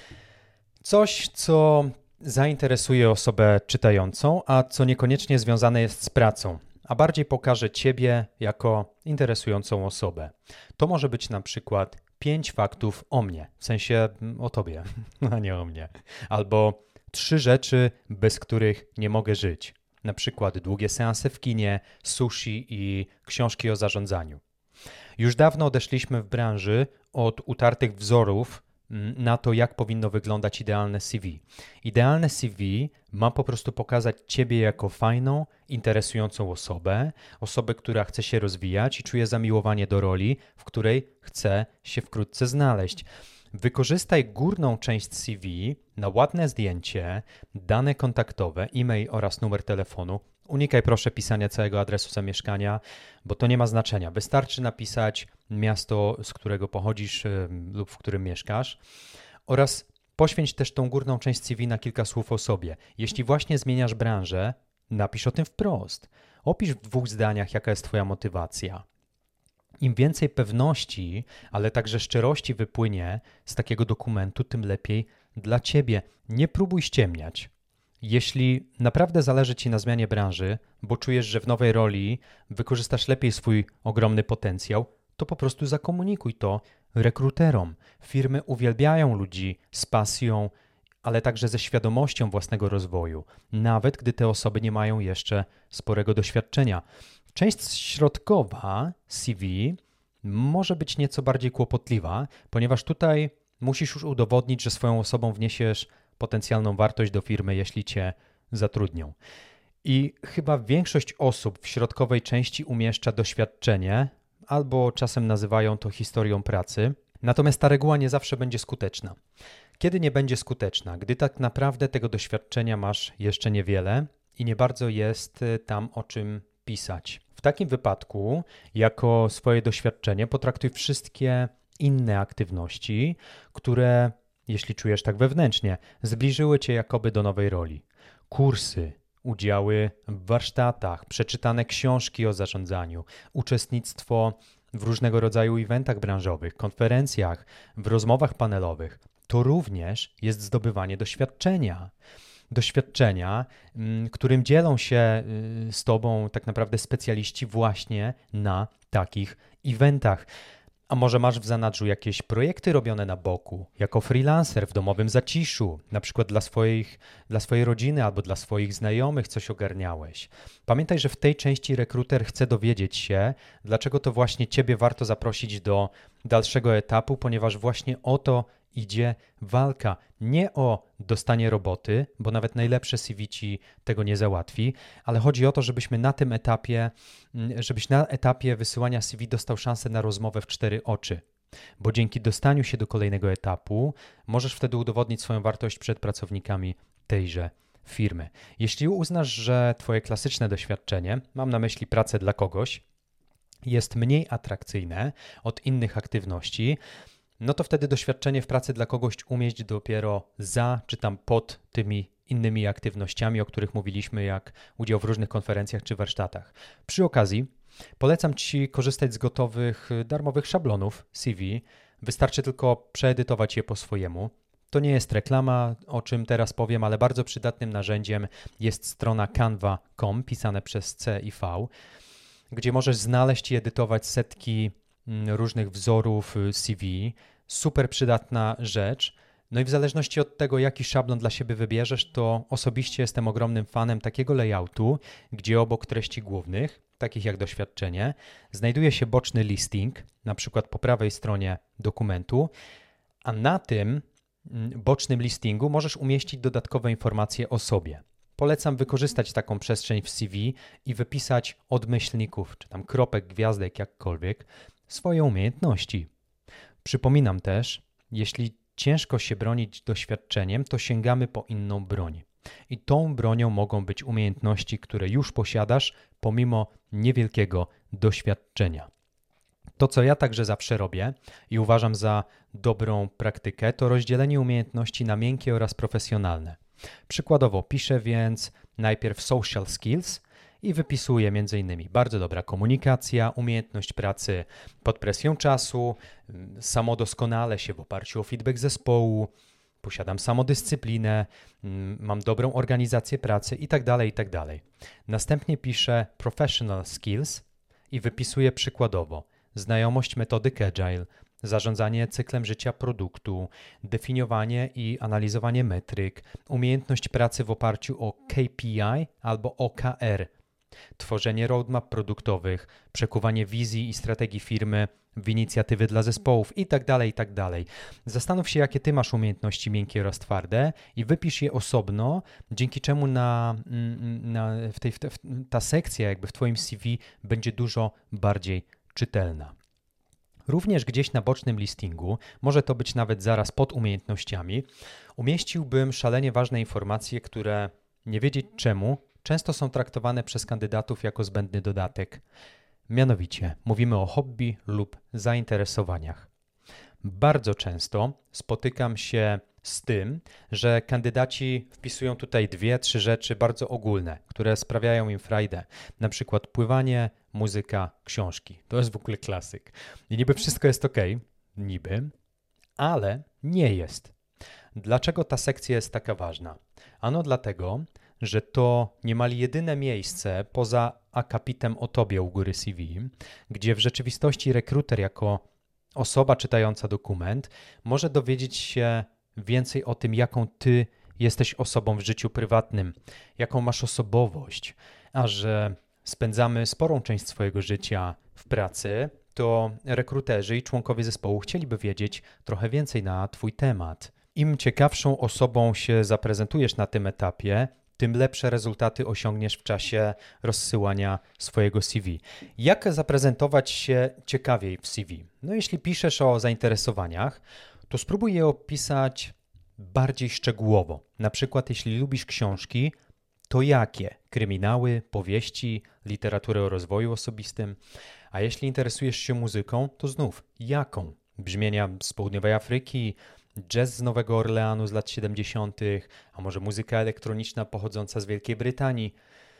Coś, co zainteresuje osobę czytającą, a co niekoniecznie związane jest z pracą, a bardziej pokaże Ciebie jako interesującą osobę. To może być na przykład 5 faktów o mnie, w sensie o Tobie, a nie o mnie. Albo 3 rzeczy, bez których nie mogę żyć. Na przykład długie seanse w kinie, sushi i książki o zarządzaniu. Już dawno odeszliśmy w branży od utartych wzorów na to, jak powinno wyglądać idealne CV. Idealne CV ma po prostu pokazać Ciebie jako fajną, interesującą osobę, która chce się rozwijać i czuje zamiłowanie do roli, w której chce się wkrótce znaleźć. Wykorzystaj górną część CV na ładne zdjęcie, dane kontaktowe, e-mail oraz numer telefonu. Unikaj proszę pisania całego adresu zamieszkania, bo to nie ma znaczenia. Wystarczy napisać miasto, z którego pochodzisz lub w którym mieszkasz oraz poświęć też tą górną część CV na kilka słów o sobie. Jeśli właśnie zmieniasz branżę, napisz o tym wprost. Opisz w 2 zdaniach, jaka jest Twoja motywacja. Im więcej pewności, ale także szczerości wypłynie z takiego dokumentu, tym lepiej dla Ciebie. Nie próbuj ściemniać. Jeśli naprawdę zależy Ci na zmianie branży, bo czujesz, że w nowej roli wykorzystasz lepiej swój ogromny potencjał, to po prostu zakomunikuj to rekruterom. Firmy uwielbiają ludzi z pasją, ale także ze świadomością własnego rozwoju, nawet gdy te osoby nie mają jeszcze sporego doświadczenia. Część środkowa CV może być nieco bardziej kłopotliwa, ponieważ tutaj musisz już udowodnić, że swoją osobą wniesiesz potencjalną wartość do firmy, jeśli Cię zatrudnią. I chyba większość osób w środkowej części umieszcza doświadczenie, albo czasem nazywają to historią pracy, natomiast ta reguła nie zawsze będzie skuteczna. Kiedy nie będzie skuteczna? Gdy tak naprawdę tego doświadczenia masz jeszcze niewiele i nie bardzo jest tam o czym pisać. W takim wypadku, jako swoje doświadczenie, potraktuj wszystkie inne aktywności, które, jeśli czujesz tak wewnętrznie, zbliżyły Cię jakoby do nowej roli. Kursy, udziały w warsztatach, przeczytane książki o zarządzaniu, uczestnictwo w różnego rodzaju eventach branżowych, konferencjach, w rozmowach panelowych. To również jest zdobywanie doświadczenia. Doświadczenia, którym dzielą się z Tobą tak naprawdę specjaliści właśnie na takich eventach. A może masz w zanadrzu jakieś projekty robione na boku, jako freelancer w domowym zaciszu, na przykład dla swojej rodziny albo dla swoich znajomych coś ogarniałeś. Pamiętaj, że w tej części rekruter chce dowiedzieć się, dlaczego to właśnie Ciebie warto zaprosić do dalszego etapu, ponieważ właśnie o to idzie walka. Nie o dostanie roboty, bo nawet najlepsze CV Ci tego nie załatwi, ale chodzi o to, żebyś na etapie wysyłania CV dostał szansę na rozmowę w 4 oczy. Bo dzięki dostaniu się do kolejnego etapu możesz wtedy udowodnić swoją wartość przed pracownikami tejże firmy. Jeśli uznasz, że Twoje klasyczne doświadczenie, mam na myśli pracę dla kogoś, jest mniej atrakcyjne od innych aktywności, no to wtedy doświadczenie w pracy dla kogoś umieść dopiero za czy tam pod tymi innymi aktywnościami, o których mówiliśmy, jak udział w różnych konferencjach czy warsztatach. Przy okazji polecam Ci korzystać z gotowych, darmowych szablonów CV. Wystarczy tylko przeedytować je po swojemu. To nie jest reklama, o czym teraz powiem, ale bardzo przydatnym narzędziem jest strona canva.com, pisane przez C i V, gdzie możesz znaleźć i edytować setki różnych wzorów CV. Super przydatna rzecz. No i w zależności od tego, jaki szablon dla siebie wybierzesz, to osobiście jestem ogromnym fanem takiego layoutu, gdzie obok treści głównych, takich jak doświadczenie, znajduje się boczny listing, na przykład po prawej stronie dokumentu, a na tym bocznym listingu możesz umieścić dodatkowe informacje o sobie. Polecam wykorzystać taką przestrzeń w CV i wypisać od myślników, czy tam kropek, gwiazdek, jakkolwiek, swoje umiejętności. Przypominam też, jeśli ciężko się bronić doświadczeniem, to sięgamy po inną broń. I tą bronią mogą być umiejętności, które już posiadasz, pomimo niewielkiego doświadczenia. To, co ja także zawsze robię i uważam za dobrą praktykę, to rozdzielenie umiejętności na miękkie oraz profesjonalne. Przykładowo piszę więc najpierw social skills i wypisuję m.in. bardzo dobra komunikacja, umiejętność pracy pod presją czasu, samodoskonalę się w oparciu o feedback zespołu, posiadam samodyscyplinę, mam dobrą organizację pracy itd., itd. Następnie piszę professional skills i wypisuję przykładowo znajomość metodyk Agile, zarządzanie cyklem życia produktu, definiowanie i analizowanie metryk, umiejętność pracy w oparciu o KPI albo OKR, tworzenie roadmap produktowych, przekuwanie wizji i strategii firmy w inicjatywy dla zespołów i tak dalej, i tak dalej. Zastanów się, jakie ty masz umiejętności miękkie oraz twarde i wypisz je osobno, dzięki czemu ta sekcja jakby w twoim CV będzie dużo bardziej czytelna. Również gdzieś na bocznym listingu, może to być nawet zaraz pod umiejętnościami, umieściłbym szalenie ważne informacje, które nie wiedzieć czemu często są traktowane przez kandydatów jako zbędny dodatek. Mianowicie mówimy o hobby lub zainteresowaniach. Bardzo często spotykam się z tym, że kandydaci wpisują tutaj 2-3 rzeczy bardzo ogólne, które sprawiają im frajdę. Na przykład pływanie, muzyka, książki. To jest w ogóle klasyk. I niby wszystko jest okej, niby, ale nie jest. Dlaczego ta sekcja jest taka ważna? Ano dlatego, że to niemal jedyne miejsce poza akapitem o tobie u góry CV, gdzie w rzeczywistości rekruter jako osoba czytająca dokument może dowiedzieć się więcej o tym, jaką ty jesteś osobą w życiu prywatnym, jaką masz osobowość, a że spędzamy sporą część swojego życia w pracy, to rekruterzy i członkowie zespołu chcieliby wiedzieć trochę więcej na twój temat. Im ciekawszą osobą się zaprezentujesz na tym etapie, tym lepsze rezultaty osiągniesz w czasie rozsyłania swojego CV. Jak zaprezentować się ciekawiej w CV? No jeśli piszesz o zainteresowaniach, to spróbuj je opisać bardziej szczegółowo. Na przykład jeśli lubisz książki, to jakie? Kryminały, powieści, literaturę o rozwoju osobistym? A jeśli interesujesz się muzyką, to znów jaką? Brzmienia z południowej Afryki, jazz z Nowego Orleanu z lat 70., a może muzyka elektroniczna pochodząca z Wielkiej Brytanii.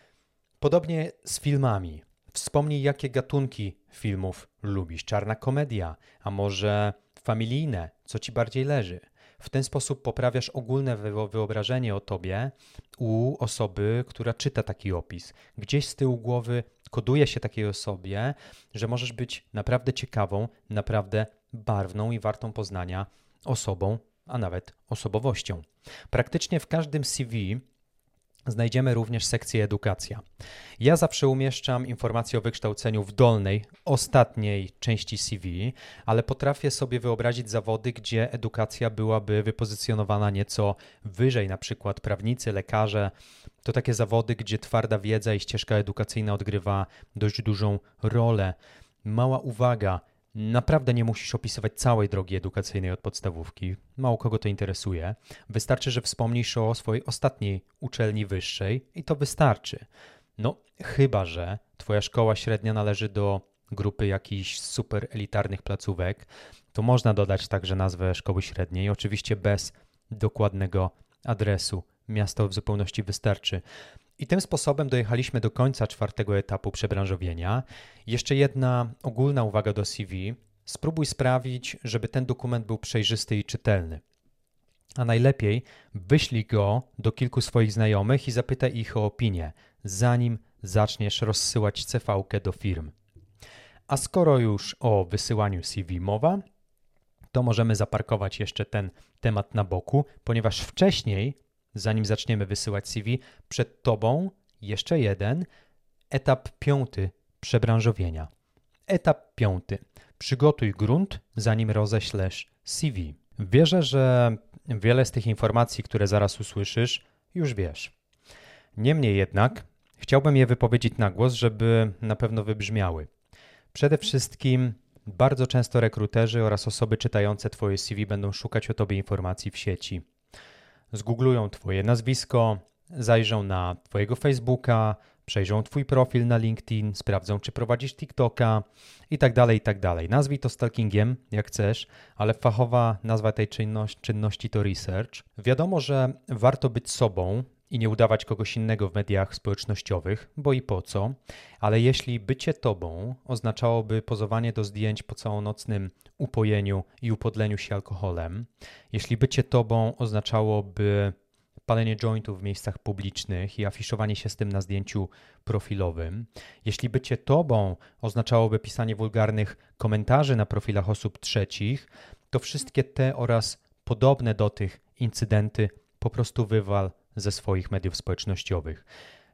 Podobnie z filmami. Wspomnij, jakie gatunki filmów lubisz. Czarna komedia, a może familijne, co ci bardziej leży. W ten sposób poprawiasz ogólne wyobrażenie o tobie u osoby, która czyta taki opis. Gdzieś z tyłu głowy koduje się takiej osobie, że możesz być naprawdę ciekawą, naprawdę barwną i wartą poznania osobą, a nawet osobowością. Praktycznie w każdym CV znajdziemy również sekcję edukacja. Ja zawsze umieszczam informacje o wykształceniu w dolnej, ostatniej części CV, ale potrafię sobie wyobrazić zawody, gdzie edukacja byłaby wypozycjonowana nieco wyżej, na przykład prawnicy, lekarze. To takie zawody, gdzie twarda wiedza i ścieżka edukacyjna odgrywa dość dużą rolę. Mała uwaga, naprawdę nie musisz opisywać całej drogi edukacyjnej od podstawówki. Mało kogo to interesuje. Wystarczy, że wspomnisz o swojej ostatniej uczelni wyższej i to wystarczy. No, chyba że twoja szkoła średnia należy do grupy jakichś super elitarnych placówek, to można dodać także nazwę szkoły średniej, oczywiście bez dokładnego adresu. Miasto w zupełności wystarczy. I tym sposobem dojechaliśmy do końca 4. etapu przebranżowienia. Jeszcze jedna ogólna uwaga do CV. Spróbuj sprawić, żeby ten dokument był przejrzysty i czytelny. A najlepiej wyślij go do kilku swoich znajomych i zapytaj ich o opinię, zanim zaczniesz rozsyłać CV-kę do firm. A skoro już o wysyłaniu CV mowa, to możemy zaparkować jeszcze ten temat na boku, ponieważ wcześniej, zanim zaczniemy wysyłać CV, przed tobą jeszcze jeden etap 5 przebranżowienia. Etap 5. Przygotuj grunt, zanim roześlesz CV. Wierzę, że wiele z tych informacji, które zaraz usłyszysz, już wiesz. Niemniej jednak chciałbym je wypowiedzieć na głos, żeby na pewno wybrzmiały. Przede wszystkim bardzo często rekruterzy oraz osoby czytające twoje CV będą szukać o tobie informacji w sieci. Zgooglują twoje nazwisko, zajrzą na twojego Facebooka, przejrzą twój profil na LinkedIn, sprawdzą, czy prowadzisz TikToka i tak dalej, i tak dalej. Nazwij to stalkingiem, jak chcesz, ale fachowa nazwa tej czynności to research. Wiadomo, że warto być sobą i nie udawać kogoś innego w mediach społecznościowych, bo i po co, ale jeśli bycie tobą oznaczałoby pozowanie do zdjęć po całonocnym upojeniu i upodleniu się alkoholem, jeśli bycie tobą oznaczałoby palenie jointów w miejscach publicznych i afiszowanie się z tym na zdjęciu profilowym, jeśli bycie tobą oznaczałoby pisanie wulgarnych komentarzy na profilach osób trzecich, to wszystkie te oraz podobne do tych incydenty po prostu wywal ze swoich mediów społecznościowych.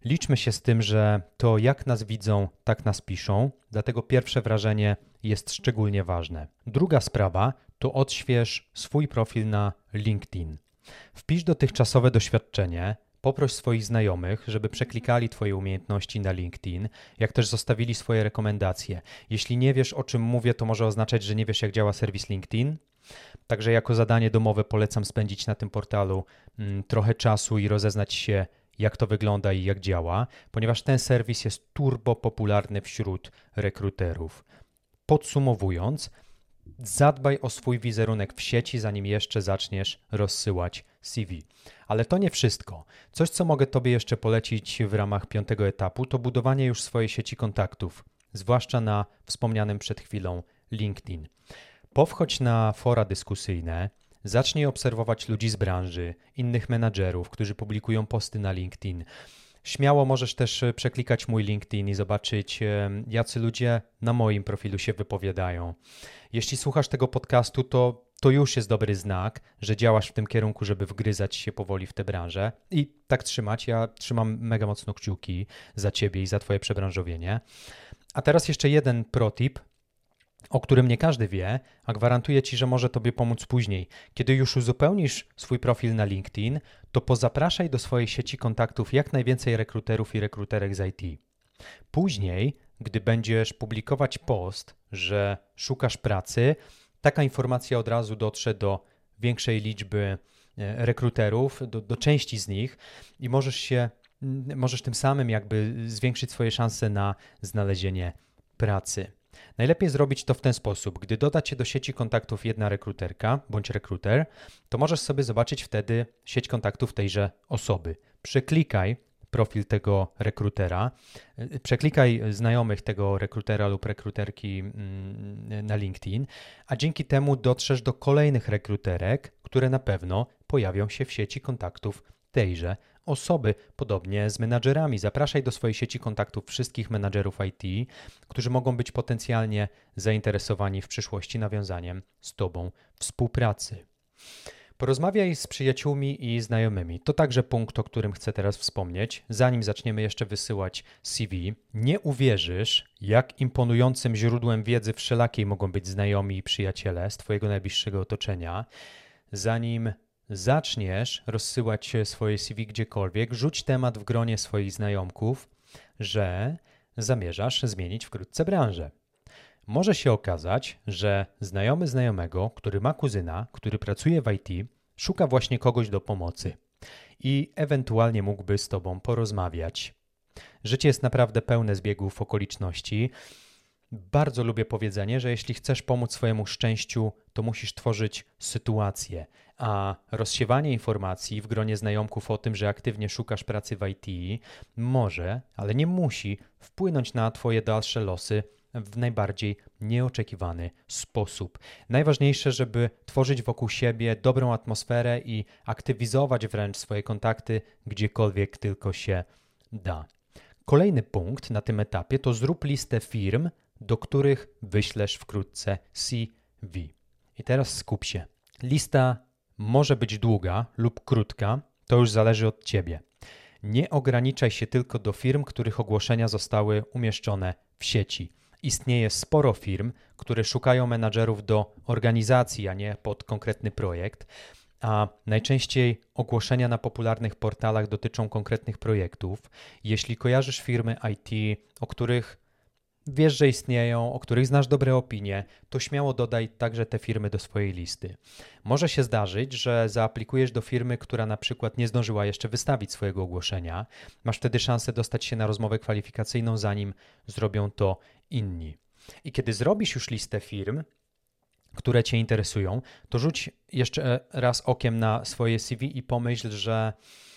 Liczmy się z tym, że to jak nas widzą, tak nas piszą, dlatego pierwsze wrażenie jest szczególnie ważne. Druga sprawa to odśwież swój profil na LinkedIn. Wpisz dotychczasowe doświadczenie, poproś swoich znajomych, żeby przeklikali Twoje umiejętności na LinkedIn, jak też zostawili swoje rekomendacje. Jeśli nie wiesz, o czym mówię, to może oznaczać, że nie wiesz, jak działa serwis LinkedIn. Także jako zadanie domowe polecam spędzić na tym portalu trochę czasu i rozeznać się, jak to wygląda i jak działa, ponieważ ten serwis jest turbo popularny wśród rekruterów. Podsumowując, zadbaj o swój wizerunek w sieci, zanim jeszcze zaczniesz rozsyłać CV. Ale to nie wszystko. Coś, co mogę Tobie jeszcze polecić w ramach 5. etapu, to budowanie już swojej sieci kontaktów, zwłaszcza na wspomnianym przed chwilą LinkedIn. Powchodź na fora dyskusyjne, zacznij obserwować ludzi z branży, innych menadżerów, którzy publikują posty na LinkedIn. Śmiało możesz też przeklikać mój LinkedIn i zobaczyć, jacy ludzie na moim profilu się wypowiadają. Jeśli słuchasz tego podcastu, to już jest dobry znak, że działasz w tym kierunku, żeby wgryzać się powoli w tę branżę i tak trzymać. Ja trzymam mega mocno kciuki za Ciebie i za Twoje przebranżowienie. A teraz jeszcze jeden protip, o którym nie każdy wie, a gwarantuję Ci, że może Tobie pomóc później. Kiedy już uzupełnisz swój profil na LinkedIn, to pozapraszaj do swojej sieci kontaktów jak najwięcej rekruterów i rekruterek z IT. Później, gdy będziesz publikować post, że szukasz pracy, taka informacja od razu dotrze do większej liczby rekruterów, do części z nich i możesz tym samym jakby zwiększyć swoje szanse na znalezienie pracy. Najlepiej zrobić to w ten sposób. Gdy doda Cię do sieci kontaktów jedna rekruterka bądź rekruter, to możesz sobie zobaczyć wtedy sieć kontaktów tejże osoby. Przeklikaj profil tego rekrutera, przeklikaj znajomych tego rekrutera lub rekruterki na LinkedIn, a dzięki temu dotrzesz do kolejnych rekruterek, które na pewno pojawią się w sieci kontaktów tejże osoby. Podobnie z menadżerami. Zapraszaj do swojej sieci kontaktów wszystkich menadżerów IT, którzy mogą być potencjalnie zainteresowani w przyszłości nawiązaniem z Tobą współpracy. Porozmawiaj z przyjaciółmi i znajomymi. To także punkt, o którym chcę teraz wspomnieć. Zanim zaczniemy jeszcze wysyłać CV, nie uwierzysz, jak imponującym źródłem wiedzy wszelakiej mogą być znajomi i przyjaciele z Twojego najbliższego otoczenia. Zanim zaczniesz rozsyłać swoje CV gdziekolwiek, rzuć temat w gronie swoich znajomków, że zamierzasz zmienić wkrótce branżę. Może się okazać, że znajomy znajomego, który ma kuzyna, który pracuje w IT, szuka właśnie kogoś do pomocy i ewentualnie mógłby z Tobą porozmawiać. Życie jest naprawdę pełne zbiegów okoliczności. Bardzo lubię powiedzenie, że jeśli chcesz pomóc swojemu szczęściu, to musisz tworzyć sytuację, a rozsiewanie informacji w gronie znajomków o tym, że aktywnie szukasz pracy w IT może, ale nie musi wpłynąć na Twoje dalsze losy w najbardziej nieoczekiwany sposób. Najważniejsze, żeby tworzyć wokół siebie dobrą atmosferę i aktywizować wręcz swoje kontakty gdziekolwiek tylko się da. Kolejny punkt na tym etapie to zrób listę firm, do których wyślesz wkrótce CV. I teraz skup się. Lista może być długa lub krótka, to już zależy od Ciebie. Nie ograniczaj się tylko do firm, których ogłoszenia zostały umieszczone w sieci. Istnieje sporo firm, które szukają menadżerów do organizacji, a nie pod konkretny projekt, a najczęściej ogłoszenia na popularnych portalach dotyczą konkretnych projektów. Jeśli kojarzysz firmy IT, o których wiesz, że istnieją, o których znasz dobre opinie, to śmiało dodaj także te firmy do swojej listy. Może się zdarzyć, że zaaplikujesz do firmy, która na przykład nie zdążyła jeszcze wystawić swojego ogłoszenia. Masz wtedy szansę dostać się na rozmowę kwalifikacyjną, zanim zrobią to inni. I kiedy zrobisz już listę firm, które Cię interesują, to rzuć jeszcze raz okiem na swoje CV i pomyśl, że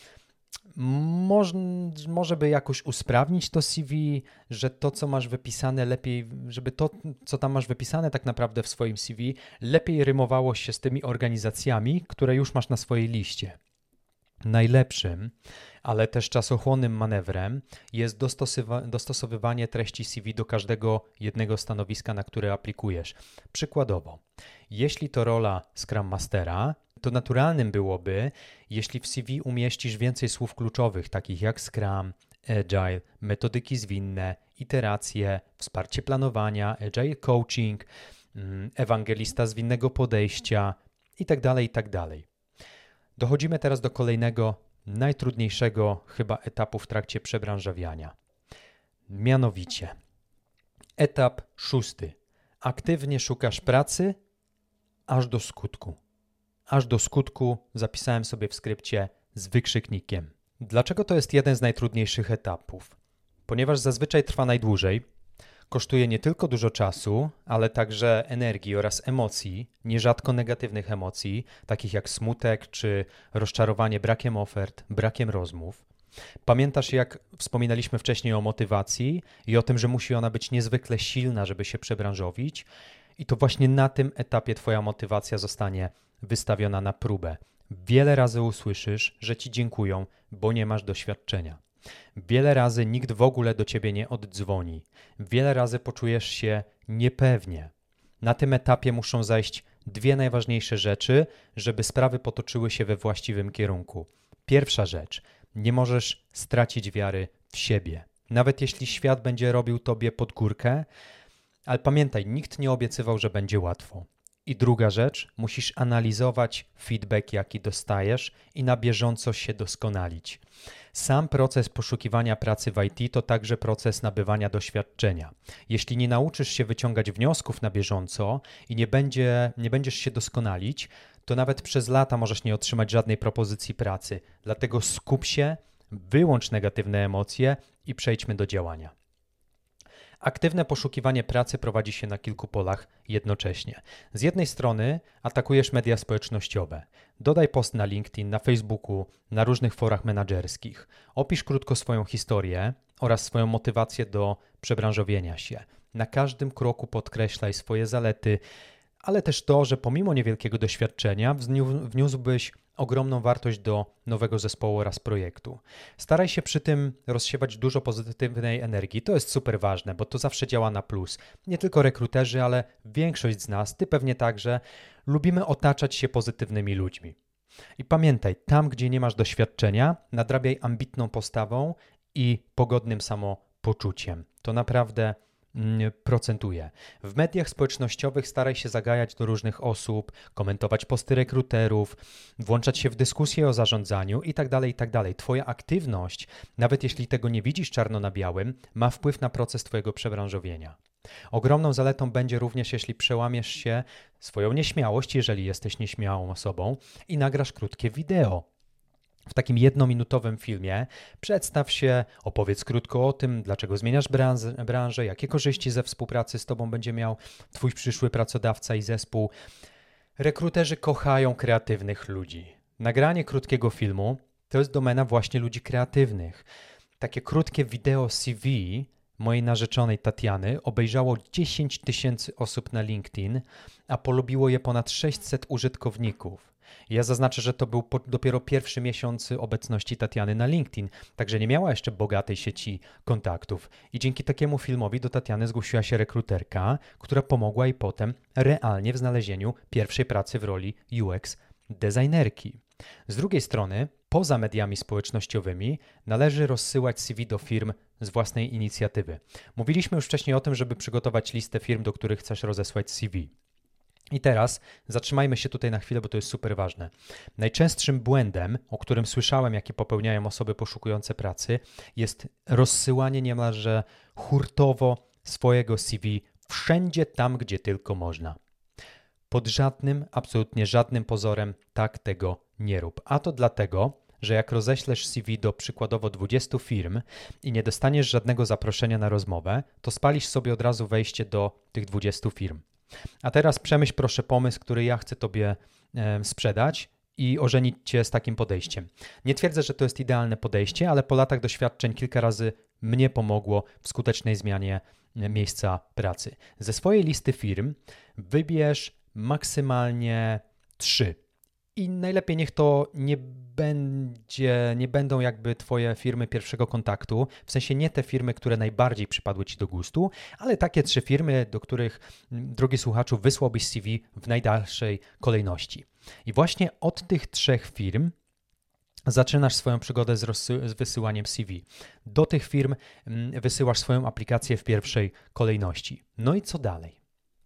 może by jakoś usprawnić to CV, że to, co masz wypisane lepiej, żeby to, co tam masz wypisane tak naprawdę w swoim CV, lepiej rymowało się z tymi organizacjami, które już masz na swojej liście. Najlepszym, ale też czasochłonnym manewrem jest dostosowywanie treści CV do każdego jednego stanowiska, na które aplikujesz. Przykładowo, jeśli to rola Scrum Mastera, to naturalnym byłoby, jeśli w CV umieścisz więcej słów kluczowych, takich jak Scrum, agile, metodyki zwinne, iteracje, wsparcie planowania, agile coaching, ewangelista zwinnego podejścia itd., itd. Dochodzimy teraz do kolejnego, najtrudniejszego chyba etapu w trakcie przebranżawiania. Mianowicie etap 6. Aktywnie szukasz pracy aż do skutku. Aż do skutku zapisałem sobie w skrypcie z wykrzyknikiem. Dlaczego to jest jeden z najtrudniejszych etapów? Ponieważ zazwyczaj trwa najdłużej, kosztuje nie tylko dużo czasu, ale także energii oraz emocji, nierzadko negatywnych emocji, takich jak smutek czy rozczarowanie brakiem ofert, brakiem rozmów. Pamiętasz, jak wspominaliśmy wcześniej o motywacji i o tym, że musi ona być niezwykle silna, żeby się przebranżowić? I to właśnie na tym etapie twoja motywacja zostanie wystawiona na próbę. Wiele razy usłyszysz, że ci dziękują, bo nie masz doświadczenia. Wiele razy nikt w ogóle do ciebie nie oddzwoni. Wiele razy poczujesz się niepewnie. Na tym etapie muszą zajść dwie najważniejsze rzeczy, żeby sprawy potoczyły się we właściwym kierunku. Pierwsza rzecz. Nie możesz stracić wiary w siebie. Nawet jeśli świat będzie robił tobie pod górkę, ale pamiętaj, nikt nie obiecywał, że będzie łatwo. I druga rzecz, musisz analizować feedback, jaki dostajesz i na bieżąco się doskonalić. Sam proces poszukiwania pracy w IT to także proces nabywania doświadczenia. Jeśli nie nauczysz się wyciągać wniosków na bieżąco i nie będziesz się doskonalić, to nawet przez lata możesz nie otrzymać żadnej propozycji pracy. Dlatego skup się, wyłącz negatywne emocje i przejdźmy do działania. Aktywne poszukiwanie pracy prowadzi się na kilku polach jednocześnie. Z jednej strony atakujesz media społecznościowe. Dodaj post na LinkedIn, na Facebooku, na różnych forach menadżerskich. Opisz krótko swoją historię oraz swoją motywację do przebranżowienia się. Na każdym kroku podkreślaj swoje zalety, ale też to, że pomimo niewielkiego doświadczenia wniósłbyś ogromną wartość do nowego zespołu oraz projektu. Staraj się przy tym rozsiewać dużo pozytywnej energii. To jest super ważne, bo to zawsze działa na plus. Nie tylko rekruterzy, ale większość z nas, ty pewnie także, lubimy otaczać się pozytywnymi ludźmi. I pamiętaj, tam gdzie nie masz doświadczenia, nadrabiaj ambitną postawą i pogodnym samopoczuciem. To naprawdę procentuje. W mediach społecznościowych staraj się zagajać do różnych osób, komentować posty rekruterów, włączać się w dyskusje o zarządzaniu itd., itd. Twoja aktywność, nawet jeśli tego nie widzisz czarno na białym, ma wpływ na proces twojego przebranżowienia. Ogromną zaletą będzie również, jeśli przełamiesz się swoją nieśmiałość, jeżeli jesteś nieśmiałą osobą i nagrasz krótkie wideo. W takim jednominutowym filmie przedstaw się, opowiedz krótko o tym, dlaczego zmieniasz branżę, jakie korzyści ze współpracy z tobą będzie miał twój przyszły pracodawca i zespół. Rekruterzy kochają kreatywnych ludzi. Nagranie krótkiego filmu to jest domena właśnie ludzi kreatywnych. Takie krótkie wideo CV mojej narzeczonej Tatiany obejrzało 10 000 osób na LinkedIn, a polubiło je ponad 600 użytkowników. Ja zaznaczę, że to był dopiero pierwszy miesiąc obecności Tatiany na LinkedIn, także nie miała jeszcze bogatej sieci kontaktów. I dzięki takiemu filmowi do Tatiany zgłosiła się rekruterka, która pomogła jej potem realnie w znalezieniu pierwszej pracy w roli UX designerki. Z drugiej strony, poza mediami społecznościowymi należy rozsyłać CV do firm z własnej inicjatywy. Mówiliśmy już wcześniej o tym, żeby przygotować listę firm, do których chcesz rozesłać CV. I teraz zatrzymajmy się tutaj na chwilę, bo to jest super ważne. Najczęstszym błędem, o którym słyszałem, jaki popełniają osoby poszukujące pracy, jest rozsyłanie niemalże hurtowo swojego CV wszędzie tam, gdzie tylko można. Pod żadnym, absolutnie żadnym pozorem tak tego nie rób. A to dlatego, że jak roześlesz CV do przykładowo 20 firm i nie dostaniesz żadnego zaproszenia na rozmowę, to spalisz sobie od razu wejście do tych 20 firm. A teraz przemyśl proszę pomysł, który ja chcę tobie sprzedać i ożenić cię z takim podejściem. Nie twierdzę, że to jest idealne podejście, ale po latach doświadczeń kilka razy mnie pomogło w skutecznej zmianie miejsca pracy. Ze swojej listy firm wybierz maksymalnie 3. I najlepiej niech to nie będą jakby twoje firmy pierwszego kontaktu, w sensie nie te firmy, które najbardziej przypadły ci do gustu, ale takie 3 firmy, do których, drogi słuchaczu, wysłałbyś CV w najdalszej kolejności. I właśnie od tych 3 firm zaczynasz swoją przygodę z wysyłaniem CV. Do tych firm wysyłasz swoją aplikację w pierwszej kolejności. No i co dalej?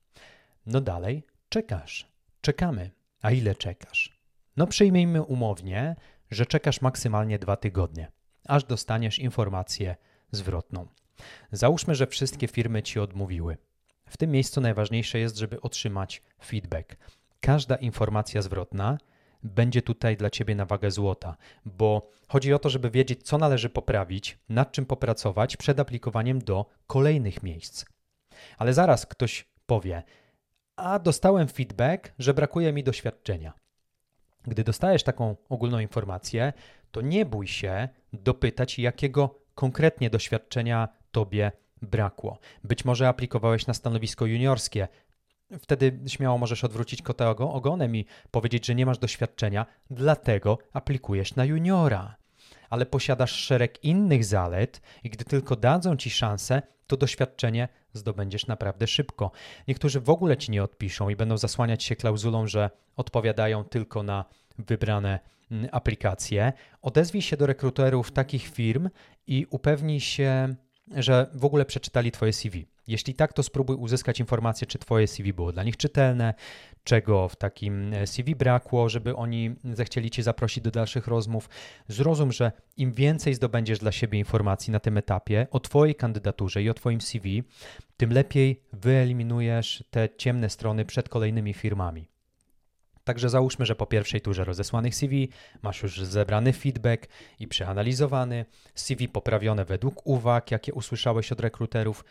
No dalej czekasz. Czekamy. A ile czekasz? No przyjmijmy umownie, że czekasz maksymalnie 2 tygodnie, aż dostaniesz informację zwrotną. Załóżmy, że wszystkie firmy Ci odmówiły. W tym miejscu najważniejsze jest, żeby otrzymać feedback. Każda informacja zwrotna będzie tutaj dla Ciebie na wagę złota, bo chodzi o to, żeby wiedzieć, co należy poprawić, nad czym popracować przed aplikowaniem do kolejnych miejsc. Ale zaraz ktoś powie, a dostałem feedback, że brakuje mi doświadczenia. Gdy dostajesz taką ogólną informację, to nie bój się dopytać, jakiego konkretnie doświadczenia Tobie brakło. Być może aplikowałeś na stanowisko juniorskie. Wtedy śmiało możesz odwrócić kota ogonem i powiedzieć, że nie masz doświadczenia, dlatego aplikujesz na juniora. Ale posiadasz szereg innych zalet i gdy tylko dadzą Ci szansę, to doświadczenie zdobędziesz naprawdę szybko. Niektórzy w ogóle Ci nie odpiszą i będą zasłaniać się klauzulą, że odpowiadają tylko na wybrane aplikacje. Odezwij się do rekruterów takich firm i upewnij się, że w ogóle przeczytali Twoje CV. Jeśli tak, to spróbuj uzyskać informację, czy Twoje CV było dla nich czytelne, czego w takim CV brakło, żeby oni zechcieli Cię zaprosić do dalszych rozmów. Zrozum, że im więcej zdobędziesz dla siebie informacji na tym etapie o Twojej kandydaturze i o Twoim CV, tym lepiej wyeliminujesz te ciemne strony przed kolejnymi firmami. Także załóżmy, że po pierwszej turze rozesłanych CV masz już zebrany feedback i przeanalizowany, CV poprawione według uwag, jakie usłyszałeś od rekruterów.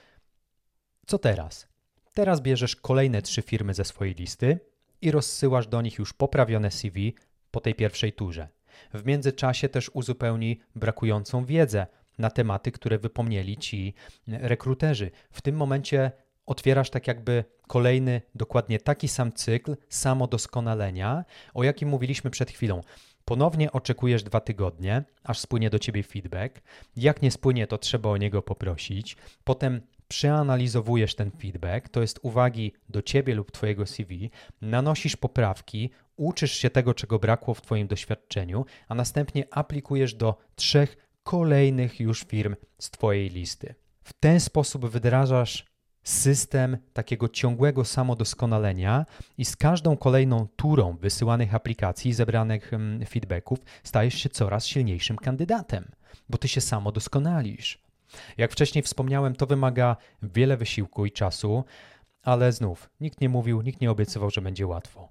Co teraz? Teraz bierzesz kolejne 3 firmy ze swojej listy i rozsyłasz do nich już poprawione CV po tej pierwszej turze. W międzyczasie też uzupełnij brakującą wiedzę na tematy, które wypomnieli Ci rekruterzy. W tym momencie otwierasz tak jakby kolejny, dokładnie taki sam cykl samodoskonalenia, o jakim mówiliśmy przed chwilą. Ponownie oczekujesz 2 tygodnie, aż spłynie do Ciebie feedback. Jak nie spłynie, to trzeba o niego poprosić. Potem przeanalizowujesz ten feedback, to jest uwagi do Ciebie lub Twojego CV, nanosisz poprawki, uczysz się tego, czego brakło w Twoim doświadczeniu, a następnie aplikujesz do 3 kolejnych już firm z Twojej listy. W ten sposób wdrażasz system takiego ciągłego samodoskonalenia i z każdą kolejną turą wysyłanych aplikacji, zebranych feedbacków stajesz się coraz silniejszym kandydatem, bo Ty się samodoskonalisz. Jak wcześniej wspomniałem, to wymaga wiele wysiłku i czasu, ale znów nikt nie mówił, nikt nie obiecywał, że będzie łatwo.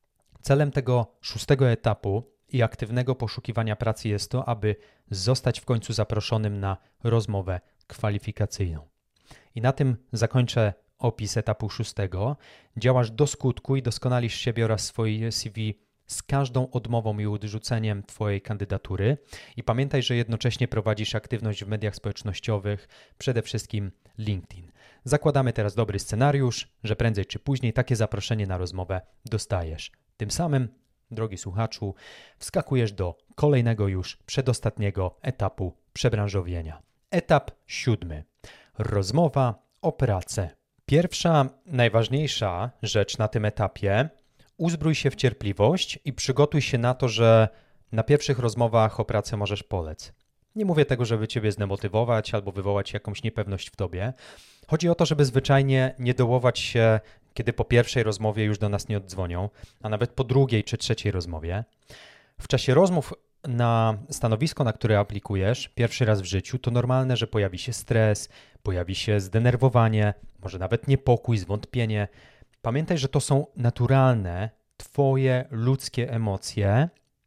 Celem tego 6. etapu i aktywnego poszukiwania pracy jest to, aby zostać w końcu zaproszonym na rozmowę kwalifikacyjną. I na tym zakończę opis etapu 6. Działasz do skutku i doskonalisz siebie oraz swoje CV z każdą odmową i odrzuceniem Twojej kandydatury. I pamiętaj, że jednocześnie prowadzisz aktywność w mediach społecznościowych, przede wszystkim LinkedIn. Zakładamy teraz dobry scenariusz, że prędzej czy później takie zaproszenie na rozmowę dostajesz. Tym samym, drogi słuchaczu, wskakujesz do kolejnego już przedostatniego etapu przebranżowienia. Etap 7. Rozmowa o pracę. Pierwsza, najważniejsza rzecz na tym etapie: uzbrój się w cierpliwość i przygotuj się na to, że na pierwszych rozmowach o pracę możesz polec. Nie mówię tego, żeby Ciebie zdemotywować albo wywołać jakąś niepewność w Tobie. Chodzi o to, żeby zwyczajnie nie dołować się, kiedy po pierwszej rozmowie już do nas nie oddzwonią, a nawet po drugiej czy trzeciej rozmowie. W czasie rozmów na stanowisko, na które aplikujesz pierwszy raz w życiu, to normalne, że pojawi się stres, pojawi się zdenerwowanie, może nawet niepokój, zwątpienie. Pamiętaj, że to są naturalne, Twoje ludzkie emocje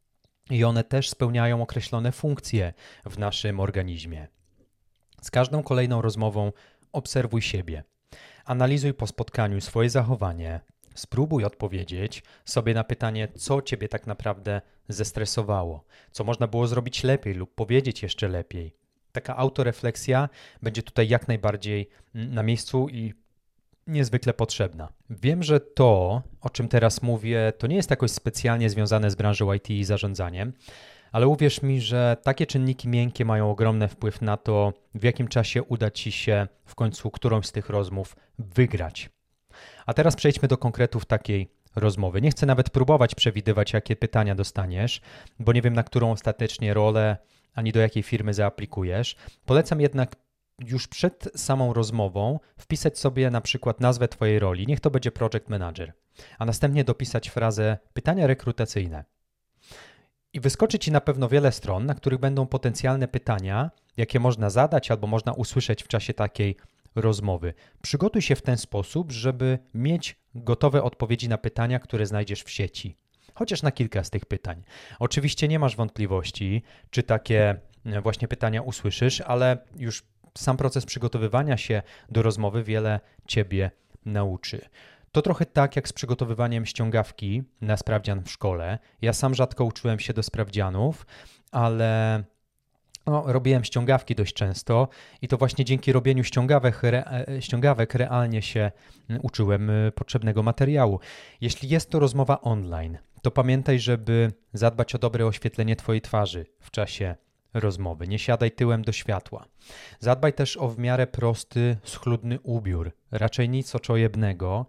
i one też spełniają określone funkcje w naszym organizmie. Z każdą kolejną rozmową obserwuj siebie. Analizuj po spotkaniu swoje zachowanie. Spróbuj odpowiedzieć sobie na pytanie, co Ciebie tak naprawdę zestresowało, co można było zrobić lepiej lub powiedzieć jeszcze lepiej. Taka autorefleksja będzie tutaj jak najbardziej na miejscu i niezwykle potrzebna. Wiem, że to, o czym teraz mówię, to nie jest jakoś specjalnie związane z branżą IT i zarządzaniem, ale uwierz mi, że takie czynniki miękkie mają ogromny wpływ na to, w jakim czasie uda Ci się w końcu którąś z tych rozmów wygrać. A teraz przejdźmy do konkretów takiej rozmowy. Nie chcę nawet próbować przewidywać, jakie pytania dostaniesz, bo nie wiem, na którą ostatecznie rolę ani do jakiej firmy zaaplikujesz. Polecam jednak już przed samą rozmową wpisać sobie na przykład nazwę twojej roli, niech to będzie project manager, a następnie dopisać frazę pytania rekrutacyjne. I wyskoczy ci na pewno wiele stron, na których będą potencjalne pytania, jakie można zadać albo można usłyszeć w czasie takiej rozmowy. Przygotuj się w ten sposób, żeby mieć gotowe odpowiedzi na pytania, które znajdziesz w sieci. Chociaż na kilka z tych pytań. Oczywiście nie masz wątpliwości, czy takie właśnie pytania usłyszysz, ale już sam proces przygotowywania się do rozmowy wiele ciebie nauczy. To trochę tak jak z przygotowywaniem ściągawki na sprawdzian w szkole. Ja sam rzadko uczyłem się do sprawdzianów, ale robiłem ściągawki dość często i to właśnie dzięki robieniu ściągawek realnie się uczyłem potrzebnego materiału. Jeśli jest to rozmowa online, to pamiętaj, żeby zadbać o dobre oświetlenie twojej twarzy w czasie rozmowy. Nie siadaj tyłem do światła. Zadbaj też o w miarę prosty, schludny ubiór. Raczej nic oczojebnego.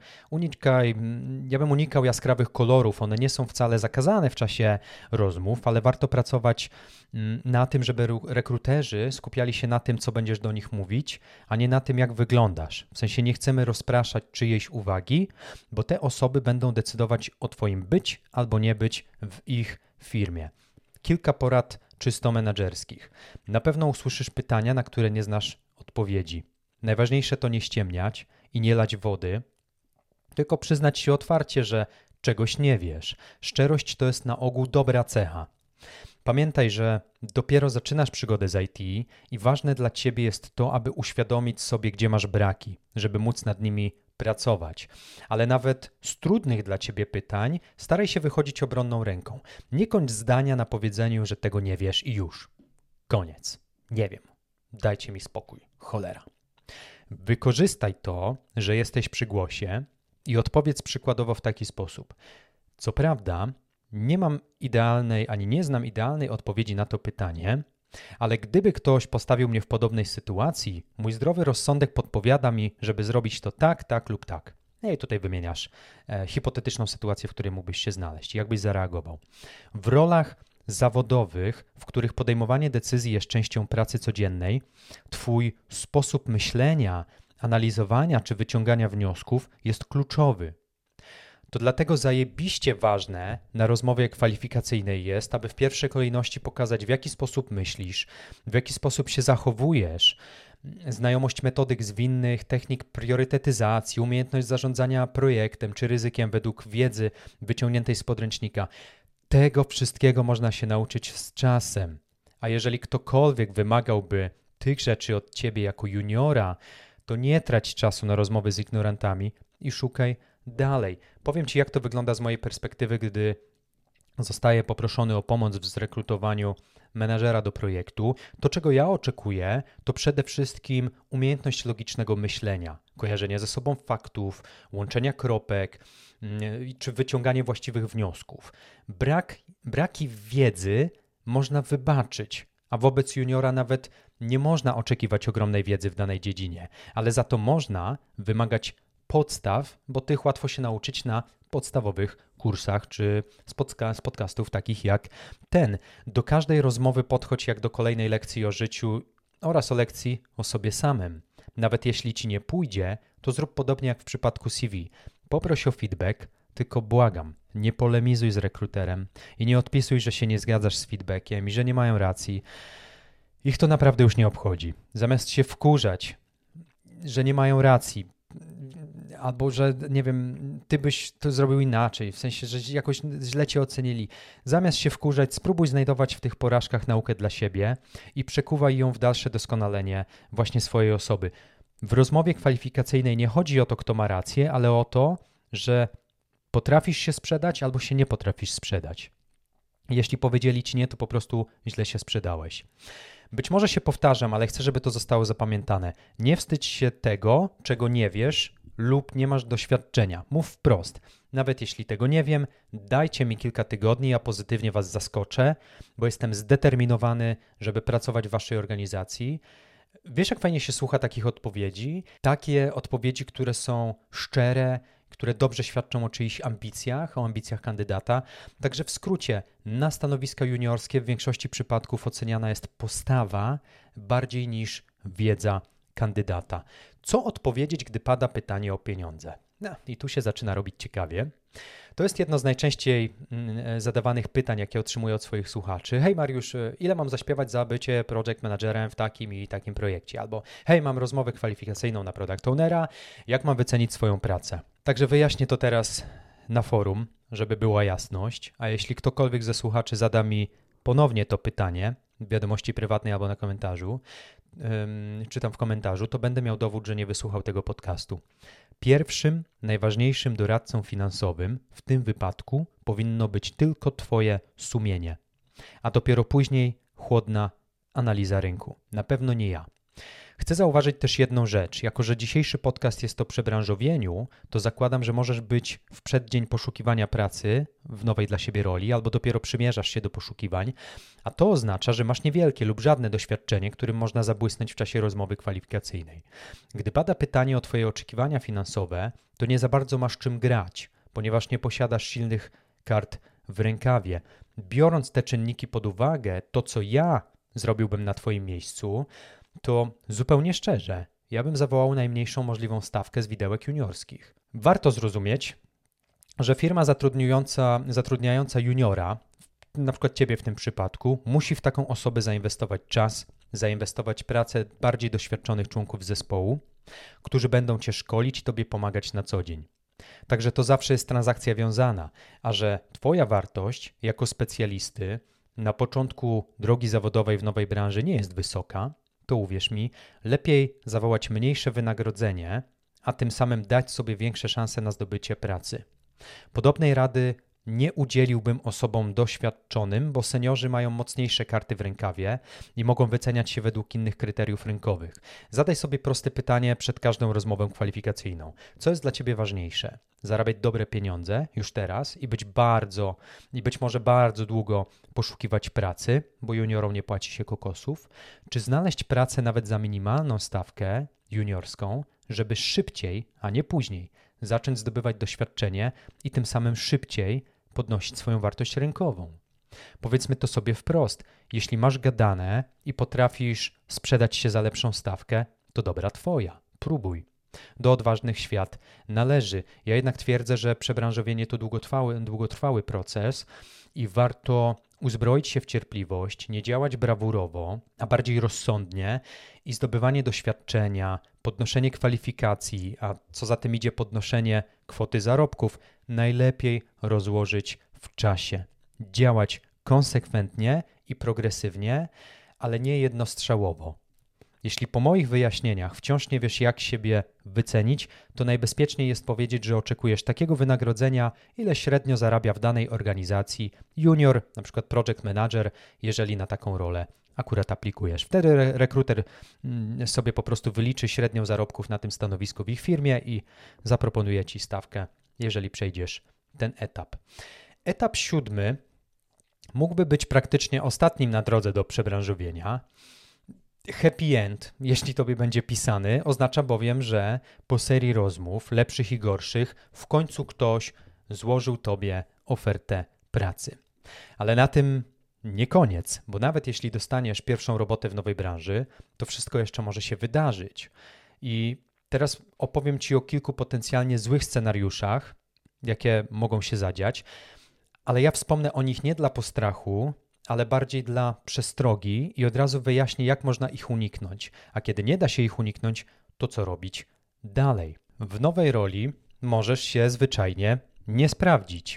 Ja bym unikał jaskrawych kolorów. One nie są wcale zakazane w czasie rozmów, ale warto pracować na tym, żeby rekruterzy skupiali się na tym, co będziesz do nich mówić, a nie na tym, jak wyglądasz. W sensie nie chcemy rozpraszać czyjejś uwagi, bo te osoby będą decydować o twoim być albo nie być w ich firmie. Kilka porad czysto menedżerskich. Na pewno usłyszysz pytania, na które nie znasz odpowiedzi. Najważniejsze to nie ściemniać i nie lać wody, tylko przyznać się otwarcie, że czegoś nie wiesz. Szczerość to jest na ogół dobra cecha. Pamiętaj, że dopiero zaczynasz przygodę z IT i ważne dla ciebie jest to, aby uświadomić sobie, gdzie masz braki, żeby móc nad nimi pracować. Ale nawet z trudnych dla ciebie pytań staraj się wychodzić obronną ręką. Nie kończ zdania na powiedzeniu, że tego nie wiesz i już. Koniec. Nie wiem. Dajcie mi spokój. Cholera. Wykorzystaj to, że jesteś przy głosie i odpowiedz przykładowo w taki sposób. Co prawda, nie mam idealnej, ani nie znam idealnej odpowiedzi na to pytanie, ale gdyby ktoś postawił mnie w podobnej sytuacji, mój zdrowy rozsądek podpowiada mi, żeby zrobić to tak, tak lub tak. I tutaj wymieniasz hipotetyczną sytuację, w której mógłbyś się znaleźć. Jak byś zareagował? W rolach zawodowych, w których podejmowanie decyzji jest częścią pracy codziennej, twój sposób myślenia, analizowania czy wyciągania wniosków jest kluczowy. To dlatego zajebiście ważne na rozmowie kwalifikacyjnej jest, aby w pierwszej kolejności pokazać, w jaki sposób myślisz, w jaki sposób się zachowujesz, znajomość metodyk zwinnych, technik priorytetyzacji, umiejętność zarządzania projektem czy ryzykiem według wiedzy wyciągniętej z podręcznika. Tego wszystkiego można się nauczyć z czasem. A jeżeli ktokolwiek wymagałby tych rzeczy od ciebie jako juniora, to nie trać czasu na rozmowy z ignorantami i szukaj dalej. Powiem ci, jak to wygląda z mojej perspektywy, gdy zostaję poproszony o pomoc w zrekrutowaniu menadżera do projektu. To, czego ja oczekuję, to przede wszystkim umiejętność logicznego myślenia, kojarzenia ze sobą faktów, łączenia kropek czy wyciąganie właściwych wniosków. Braki wiedzy można wybaczyć, a wobec juniora nawet nie można oczekiwać ogromnej wiedzy w danej dziedzinie, ale za to można wymagać podstaw, bo tych łatwo się nauczyć na podstawowych kursach czy z podcastów takich jak ten. Do każdej rozmowy podchodź jak do kolejnej lekcji o życiu oraz o lekcji o sobie samym. Nawet jeśli ci nie pójdzie, to zrób podobnie jak w przypadku CV. Poproś o feedback, tylko błagam, nie polemizuj z rekruterem i nie odpisuj, że się nie zgadzasz z feedbackiem i że nie mają racji. Ich to naprawdę już nie obchodzi. Zamiast się wkurzać, że nie mają racji, albo że, nie wiem, ty byś to zrobił inaczej, w sensie, że jakoś źle cię ocenili. Zamiast się wkurzać, spróbuj znajdować w tych porażkach naukę dla siebie i przekuwaj ją w dalsze doskonalenie właśnie swojej osoby. W rozmowie kwalifikacyjnej nie chodzi o to, kto ma rację, ale o to, że potrafisz się sprzedać albo się nie potrafisz sprzedać. Jeśli powiedzieli ci nie, to po prostu źle się sprzedałeś. Być może się powtarzam, ale chcę, żeby to zostało zapamiętane. Nie wstydź się tego, czego nie wiesz lub nie masz doświadczenia. Mów wprost. Nawet jeśli tego nie wiem, dajcie mi kilka tygodni, ja pozytywnie was zaskoczę, bo jestem zdeterminowany, żeby pracować w waszej organizacji. Wiesz, jak fajnie się słucha takich odpowiedzi? Takie odpowiedzi, które są szczere, które dobrze świadczą o czyichś ambicjach, o ambicjach kandydata. Także w skrócie, na stanowiska juniorskie w większości przypadków oceniana jest postawa bardziej niż wiedza kandydata. Co odpowiedzieć, gdy pada pytanie o pieniądze? No i tu się zaczyna robić ciekawie. To jest jedno z najczęściej zadawanych pytań, jakie otrzymuję od swoich słuchaczy. Hej Mariusz, ile mam zaśpiewać za bycie project managerem w takim i takim projekcie? Albo hej, mam rozmowę kwalifikacyjną na product ownera, jak mam wycenić swoją pracę? Także wyjaśnię to teraz na forum, żeby była jasność, a jeśli ktokolwiek ze słuchaczy zada mi ponownie to pytanie w wiadomości prywatnej albo na komentarzu, czytam w komentarzu, to będę miał dowód, że nie wysłuchał tego podcastu. Pierwszym, najważniejszym doradcą finansowym w tym wypadku powinno być tylko Twoje sumienie, a dopiero później chłodna analiza rynku. Na pewno nie ja. Chcę zauważyć też jedną rzecz. Jako że dzisiejszy podcast jest o przebranżowieniu, to zakładam, że możesz być w przeddzień poszukiwania pracy w nowej dla siebie roli albo dopiero przymierzasz się do poszukiwań, a to oznacza, że masz niewielkie lub żadne doświadczenie, którym można zabłysnąć w czasie rozmowy kwalifikacyjnej. Gdy pada pytanie o Twoje oczekiwania finansowe, to nie za bardzo masz czym grać, ponieważ nie posiadasz silnych kart w rękawie. Biorąc te czynniki pod uwagę, to co ja zrobiłbym na Twoim miejscu, to zupełnie szczerze, ja bym zawołał najmniejszą możliwą stawkę z widełek juniorskich. Warto zrozumieć, że firma zatrudniająca juniora, na przykład Ciebie w tym przypadku, musi w taką osobę zainwestować czas, zainwestować pracę bardziej doświadczonych członków zespołu, którzy będą Cię szkolić i Tobie pomagać na co dzień. Także to zawsze jest transakcja wiązana, a że Twoja wartość jako specjalisty na początku drogi zawodowej w nowej branży nie jest wysoka, to uwierz mi, lepiej zawołać mniejsze wynagrodzenie, a tym samym dać sobie większe szanse na zdobycie pracy. Podobnej rady nie udzieliłbym osobom doświadczonym, bo seniorzy mają mocniejsze karty w rękawie i mogą wyceniać się według innych kryteriów rynkowych. Zadaj sobie proste pytanie przed każdą rozmową kwalifikacyjną. Co jest dla Ciebie ważniejsze? Zarabiać dobre pieniądze już teraz i być może bardzo długo poszukiwać pracy, bo juniorom nie płaci się kokosów, czy znaleźć pracę nawet za minimalną stawkę juniorską, żeby szybciej, a nie później, zacząć zdobywać doświadczenie i tym samym szybciej podnosić swoją wartość rynkową. Powiedzmy to sobie wprost, jeśli masz gadane i potrafisz sprzedać się za lepszą stawkę, to dobra Twoja, próbuj. Do odważnych świat należy. Ja jednak twierdzę, że przebranżowienie to długotrwały proces i warto uzbroić się w cierpliwość, nie działać brawurowo, a bardziej rozsądnie i zdobywanie doświadczenia, podnoszenie kwalifikacji, a co za tym idzie podnoszenie kwoty zarobków, najlepiej rozłożyć w czasie. Działać konsekwentnie i progresywnie, ale nie jednostrzałowo. Jeśli po moich wyjaśnieniach wciąż nie wiesz, jak siebie wycenić, to najbezpieczniej jest powiedzieć, że oczekujesz takiego wynagrodzenia, ile średnio zarabia w danej organizacji junior, na przykład project manager, jeżeli na taką rolę akurat aplikujesz. Wtedy rekruter sobie po prostu wyliczy średnią zarobków na tym stanowisku w ich firmie i zaproponuje Ci stawkę, jeżeli przejdziesz ten etap. Etap 7 mógłby być praktycznie ostatnim na drodze do przebranżowienia. Happy end, jeśli Tobie będzie pisany, oznacza bowiem, że po serii rozmów, lepszych i gorszych, w końcu ktoś złożył Tobie ofertę pracy. Ale na tym nie koniec, bo nawet jeśli dostaniesz pierwszą robotę w nowej branży, to wszystko jeszcze może się wydarzyć. I teraz opowiem Ci o kilku potencjalnie złych scenariuszach, jakie mogą się zadziać, ale ja wspomnę o nich nie dla postrachu, ale bardziej dla przestrogi i od razu wyjaśnię, jak można ich uniknąć. A kiedy nie da się ich uniknąć, to co robić dalej? W nowej roli możesz się zwyczajnie nie sprawdzić.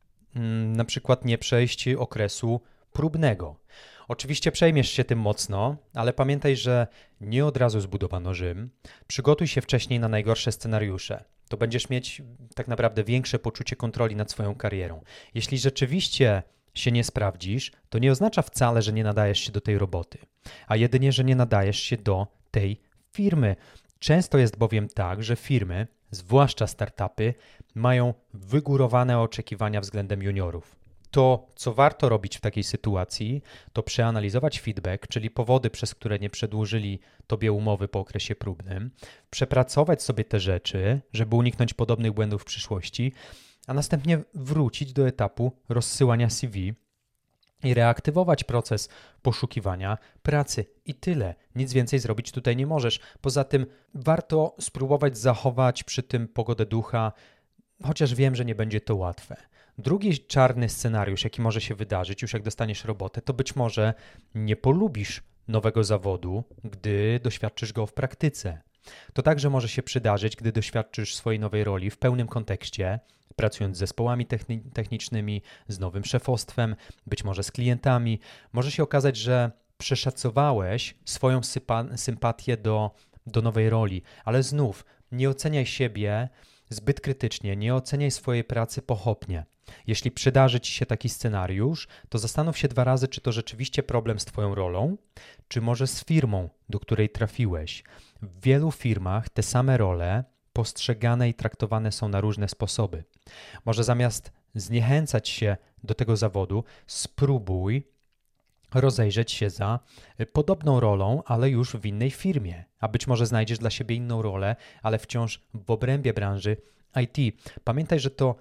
Na przykład nie przejść okresu próbnego. Oczywiście przejmiesz się tym mocno, ale pamiętaj, że nie od razu zbudowano Rzym. Przygotuj się wcześniej na najgorsze scenariusze. To będziesz mieć tak naprawdę większe poczucie kontroli nad swoją karierą. Jeśli rzeczywiście się nie sprawdzisz, to nie oznacza wcale, że nie nadajesz się do tej roboty, a jedynie, że nie nadajesz się do tej firmy. Często jest bowiem tak, że firmy, zwłaszcza startupy, mają wygórowane oczekiwania względem juniorów. To, co warto robić w takiej sytuacji, to przeanalizować feedback, czyli powody, przez które nie przedłużyli tobie umowy po okresie próbnym, przepracować sobie te rzeczy, żeby uniknąć podobnych błędów w przyszłości, a następnie wrócić do etapu rozsyłania CV i reaktywować proces poszukiwania pracy. I tyle. Nic więcej zrobić tutaj nie możesz. Poza tym warto spróbować zachować przy tym pogodę ducha, chociaż wiem, że nie będzie to łatwe. Drugi czarny scenariusz, jaki może się wydarzyć, już jak dostaniesz robotę, to być może nie polubisz nowego zawodu, gdy doświadczysz go w praktyce. To także może się przydarzyć, gdy doświadczysz swojej nowej roli w pełnym kontekście, pracując z zespołami technicznymi, z nowym szefostwem, być może z klientami. Może się okazać, że przeszacowałeś swoją sympatię do nowej roli, ale znów nie oceniaj siebie zbyt krytycznie, nie oceniaj swojej pracy pochopnie. Jeśli przydarzy ci się taki scenariusz, to zastanów się 2 razy, czy to rzeczywiście problem z twoją rolą, czy może z firmą, do której trafiłeś. W wielu firmach te same role postrzegane i traktowane są na różne sposoby. Może zamiast zniechęcać się do tego zawodu, spróbuj rozejrzeć się za podobną rolą, ale już w innej firmie. A być może znajdziesz dla siebie inną rolę, ale wciąż w obrębie branży IT. Pamiętaj, że to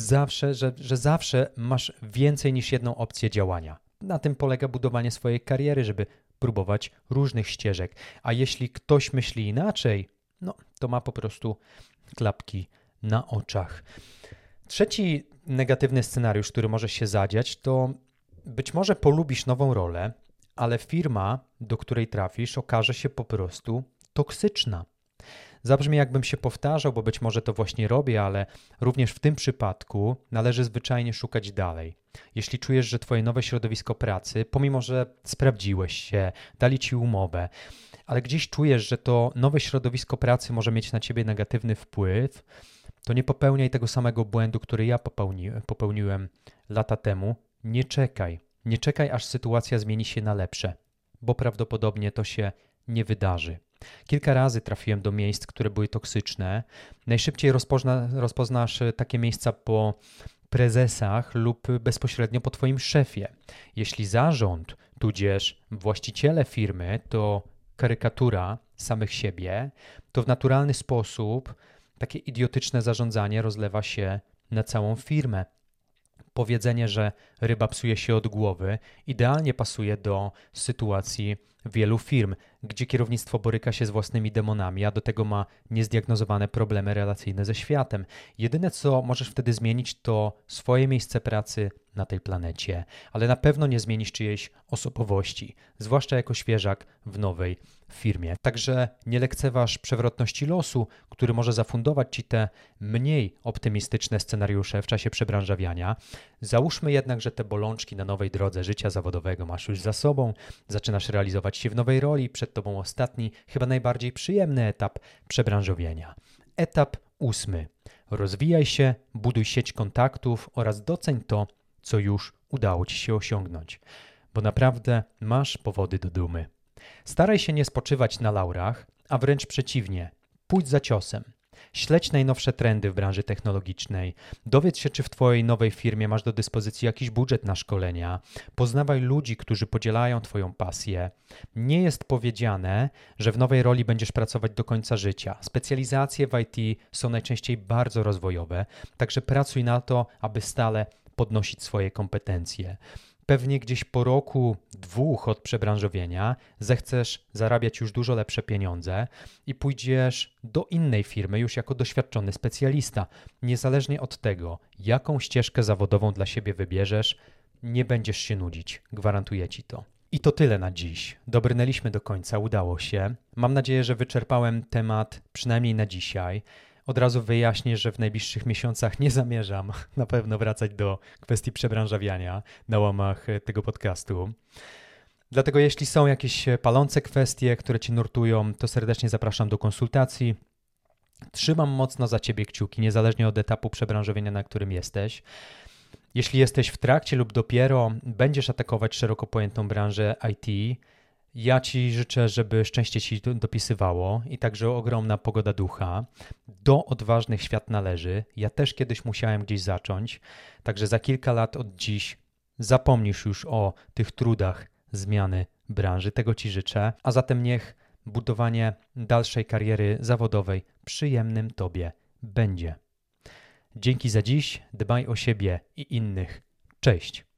zawsze masz więcej niż jedną opcję działania. Na tym polega budowanie swojej kariery, żeby próbować różnych ścieżek. A jeśli ktoś myśli inaczej, to ma po prostu klapki na oczach. Trzeci negatywny scenariusz, który może się zadziać, to być może polubisz nową rolę, ale firma, do której trafisz, okaże się po prostu toksyczna. Zabrzmi, jakbym się powtarzał, bo być może to właśnie robię, ale również w tym przypadku należy zwyczajnie szukać dalej. Jeśli czujesz, że twoje nowe środowisko pracy, pomimo że sprawdziłeś się, dali ci umowę, ale gdzieś czujesz, że to nowe środowisko pracy może mieć na ciebie negatywny wpływ, to nie popełniaj tego samego błędu, który ja popełniłem lata temu. Nie czekaj. Nie czekaj, aż sytuacja zmieni się na lepsze, bo prawdopodobnie to się nie wydarzy. Kilka razy trafiłem do miejsc, które były toksyczne. Najszybciej rozpoznasz takie miejsca po prezesach lub bezpośrednio po twoim szefie. Jeśli zarząd, tudzież właściciele firmy to karykatura samych siebie, to w naturalny sposób takie idiotyczne zarządzanie rozlewa się na całą firmę. Powiedzenie, że ryba psuje się od głowy, idealnie pasuje do sytuacji wielu firm, gdzie kierownictwo boryka się z własnymi demonami, a do tego ma niezdiagnozowane problemy relacyjne ze światem. Jedyne, co możesz wtedy zmienić, to swoje miejsce pracy na tej planecie, ale na pewno nie zmienisz czyjejś osobowości, zwłaszcza jako świeżak w nowej firmie. Także nie lekceważ przewrotności losu, który może zafundować ci te mniej optymistyczne scenariusze w czasie przebranżawiania. Załóżmy jednak, że te bolączki na nowej drodze życia zawodowego masz już za sobą, zaczynasz realizować się w nowej roli, przed tobą ostatni, chyba najbardziej przyjemny etap przebranżowienia. Etap 8. Rozwijaj się, buduj sieć kontaktów oraz doceń to, co już udało ci się osiągnąć, bo naprawdę masz powody do dumy. Staraj się nie spoczywać na laurach, a wręcz przeciwnie, pójdź za ciosem. Śledź najnowsze trendy w branży technologicznej, dowiedz się, czy w twojej nowej firmie masz do dyspozycji jakiś budżet na szkolenia, poznawaj ludzi, którzy podzielają twoją pasję. Nie jest powiedziane, że w nowej roli będziesz pracować do końca życia. Specjalizacje w IT są najczęściej bardzo rozwojowe, także pracuj na to, aby stale podnosić swoje kompetencje. Pewnie gdzieś po roku, 2 od przebranżowienia zechcesz zarabiać już dużo lepsze pieniądze i pójdziesz do innej firmy już jako doświadczony specjalista. Niezależnie od tego, jaką ścieżkę zawodową dla siebie wybierzesz, nie będziesz się nudzić, gwarantuję ci to. I to tyle na dziś. Dobrnęliśmy do końca, udało się. Mam nadzieję, że wyczerpałem temat przynajmniej na dzisiaj. Od razu wyjaśnię, że w najbliższych miesiącach nie zamierzam na pewno wracać do kwestii przebranżawiania na łamach tego podcastu. Dlatego jeśli są jakieś palące kwestie, które cię nurtują, to serdecznie zapraszam do konsultacji. Trzymam mocno za ciebie kciuki, niezależnie od etapu przebranżowienia, na którym jesteś. Jeśli jesteś w trakcie lub dopiero będziesz atakować szeroko pojętą branżę IT, Ja Ci życzę, żeby szczęście Ci dopisywało i także ogromna pogoda ducha. Do odważnych świat należy. Ja też kiedyś musiałem gdzieś zacząć, także za kilka lat od dziś zapomnisz już o tych trudach zmiany branży. Tego Ci życzę. A zatem niech budowanie dalszej kariery zawodowej przyjemnym Tobie będzie. Dzięki za dziś. Dbaj o siebie i innych. Cześć.